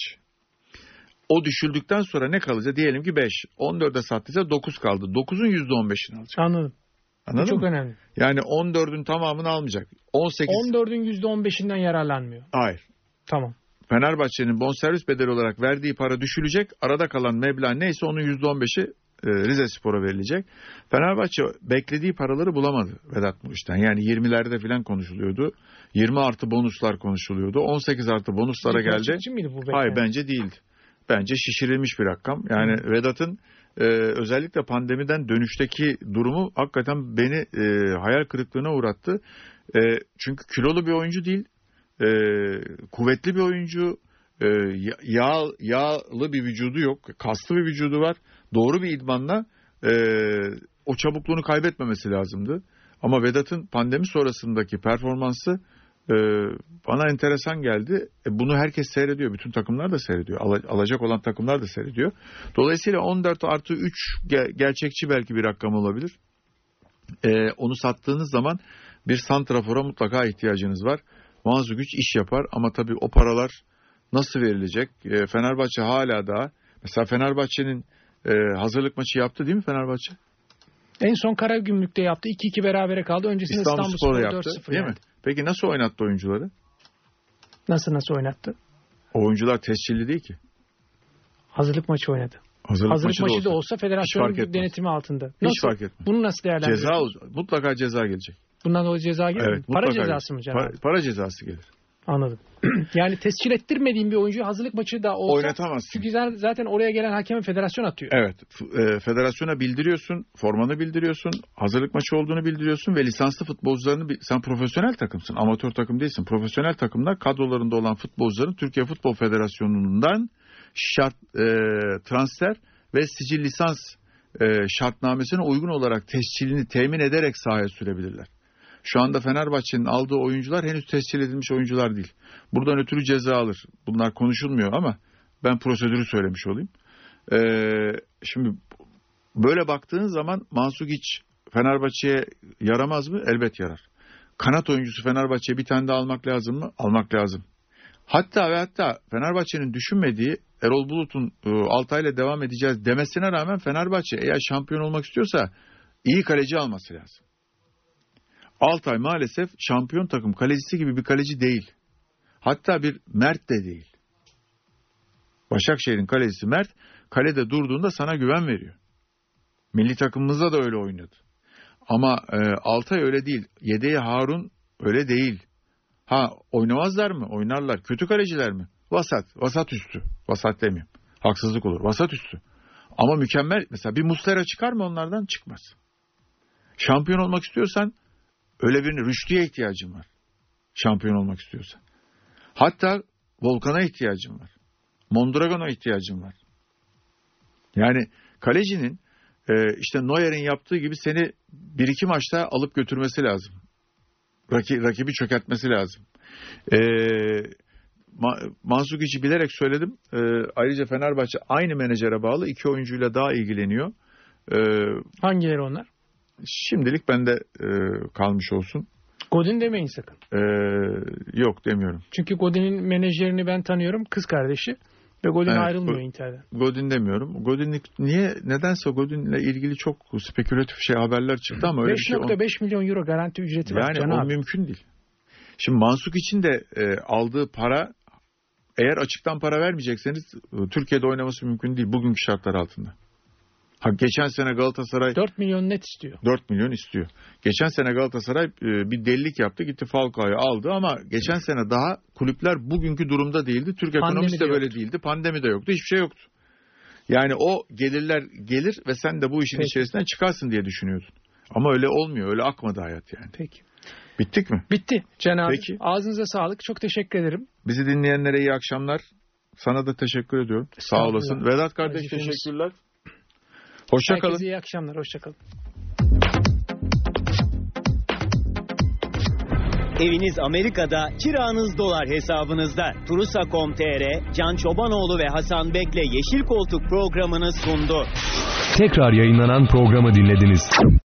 O düşüldükten sonra ne kalacak? Diyelim ki 5. 14'e sattıysa 9 kaldı. 9'un %15'ini alacak. Anladım. Anladın çok mı? önemli. Yani 14'ün tamamını almayacak. 14'ün %15'inden yararlanmıyor. Hayır. Tamam. Fenerbahçe'nin bonservis bedeli olarak verdiği para düşülecek. Arada kalan meblağ neyse onun %15'i Rize Spor'a verilecek. Fenerbahçe beklediği paraları bulamadı Vedat Muriç'ten. Yani 20'lerde falan konuşuluyordu. 20 artı bonuslar konuşuluyordu. 18 artı bonuslara geldi. Miydi bu Hayır, bence değildi. Bence şişirilmiş bir rakam. Yani Vedat'ın özellikle pandemiden dönüşteki durumu hakikaten beni hayal kırıklığına uğrattı. Çünkü kilolu bir oyuncu değil. Kuvvetli bir oyuncu. Yağlı bir vücudu yok. Kaslı bir vücudu var. Doğru bir idmanla o çabukluğunu kaybetmemesi lazımdı. Ama Vedat'ın pandemi sonrasındaki performansı bana enteresan geldi. Bunu herkes seyrediyor. Bütün takımlar da seyrediyor. Alacak olan takımlar da seyrediyor. Dolayısıyla 14+3 gerçekçi belki bir rakam olabilir. Onu sattığınız zaman bir santrafora mutlaka ihtiyacınız var. Mandzukic iş yapar ama tabii o paralar nasıl verilecek? Fenerbahçe hala daha, mesela Fenerbahçe'nin hazırlık maçı yaptı değil mi Fenerbahçe? En son Karagümrük'te yaptı. 2-2 berabere kaldı. Öncesinde İstanbulspor'u yaptı 4-0 değil mi? Peki nasıl oynattı oyuncuları? Nasıl oynattı? O oyuncular tescilli değil ki. Hazırlık maçı oynadı. Hazırlık maçı da olsa federasyonun denetimi altında. Hiç fark etmez. Bunu nasıl değerlendiriyorsunuz? Mutlaka ceza gelecek. Bundan dolayı ceza gelir mi? Para cezası mı Cenab-ı? Para cezası gelir. Anladım. Yani tescil ettirmediğim bir oyuncuyu hazırlık maçı da olsa oynatamazsın. Çünkü zaten oraya gelen hakeme federasyon atıyor. Evet. Federasyona bildiriyorsun, formanı bildiriyorsun, hazırlık maçı olduğunu bildiriyorsun ve lisanslı futbolcularını, sen profesyonel takımsın, amatör takım değilsin. Profesyonel takımlar kadrolarında olan futbolcuların Türkiye Futbol Federasyonu'ndan transfer ve sicil lisans şartnamesine uygun olarak tescilini temin ederek sahaya sürebilirler. Şu anda Fenerbahçe'nin aldığı oyuncular henüz tescil edilmiş oyuncular değil. Buradan ötürü ceza alır. Bunlar konuşulmuyor ama ben prosedürü söylemiş olayım. Şimdi böyle baktığın zaman Mandzukic Fenerbahçe'ye yaramaz mı? Elbet yarar. Kanat oyuncusu Fenerbahçe'ye bir tane daha almak lazım mı? Almak lazım. Hatta Fenerbahçe'nin düşünmediği Erol Bulut'un Altay'la devam edeceğiz demesine rağmen Fenerbahçe eğer şampiyon olmak istiyorsa iyi kaleci alması lazım. Altay maalesef şampiyon takım kalecisi gibi bir kaleci değil. Hatta bir Mert de değil. Başakşehir'in kalecisi Mert, kalede durduğunda sana güven veriyor. Milli takımımızda da öyle oynadı. Ama Altay öyle değil. Yedeği Harun öyle değil. Oynamazlar mı? Oynarlar. Kötü kaleciler mi? Vasat üstü. Vasat demiyorum. Haksızlık olur. Vasat üstü. Ama mükemmel. Mesela bir Muslera çıkar mı onlardan? Çıkmaz. Şampiyon olmak istiyorsan öyle bir Rüştü'ye ihtiyacın var. Şampiyon olmak istiyorsan. Hatta Volkan'a ihtiyacın var. Mondragon'a ihtiyacın var. Yani kalecinin işte Neuer'in yaptığı gibi seni 1-2 maçta alıp götürmesi lazım. Rakibi çökertmesi lazım. Mandzukic'i bilerek söyledim. Ayrıca Fenerbahçe aynı menajere bağlı 2 oyuncuyla daha ilgileniyor. Hangileri onlar? Şimdilik bende kalmış olsun. Godin demeyin sakın. Yok demiyorum. Çünkü Godin'in menajerini ben tanıyorum. Kız kardeşi. Ve Godin ayrılmıyor Inter'den. Godin demiyorum. Nedense Godin'le ilgili çok spekülatif haberler çıktı ama öyle bir şey. 5.5 milyon euro garanti ücreti var. Yani o mümkün değil. Şimdi Mandzukic için de aldığı para, eğer açıktan para vermeyecekseniz Türkiye'de oynaması mümkün değil bugünkü şartlar altında. Geçen sene Galatasaray 4 milyon net istiyor. 4 milyon istiyor. Geçen sene Galatasaray bir delilik yaptı. Gitti Falcao'yu aldı ama geçen sene daha kulüpler bugünkü durumda değildi. Türk ekonomisi de böyle değildi. Pandemi de yoktu. Hiçbir şey yoktu. Yani o gelirler gelir ve sen de bu işin içerisinden çıkarsın diye düşünüyordun. Ama öyle olmuyor. Öyle akmadı hayat yani. Peki. Bittik mi? Bitti Cenab-ı. Peki. Ağzınıza sağlık. Çok teşekkür ederim. Bizi dinleyenlere iyi akşamlar. Sana da teşekkür ediyorum. Sağ olasın. Vedat kardeş teşekkürler. Hoşça kalın. Herkese iyi akşamlar. Hoşça kalın. Eviniz Amerika'da, kiranız dolar hesabınızda. Turusa.com.tr, Can Çobanoğlu ve Hasan Bek'le Yeşil Koltuk programını sundu. Tekrar yayınlanan programı dinlediniz.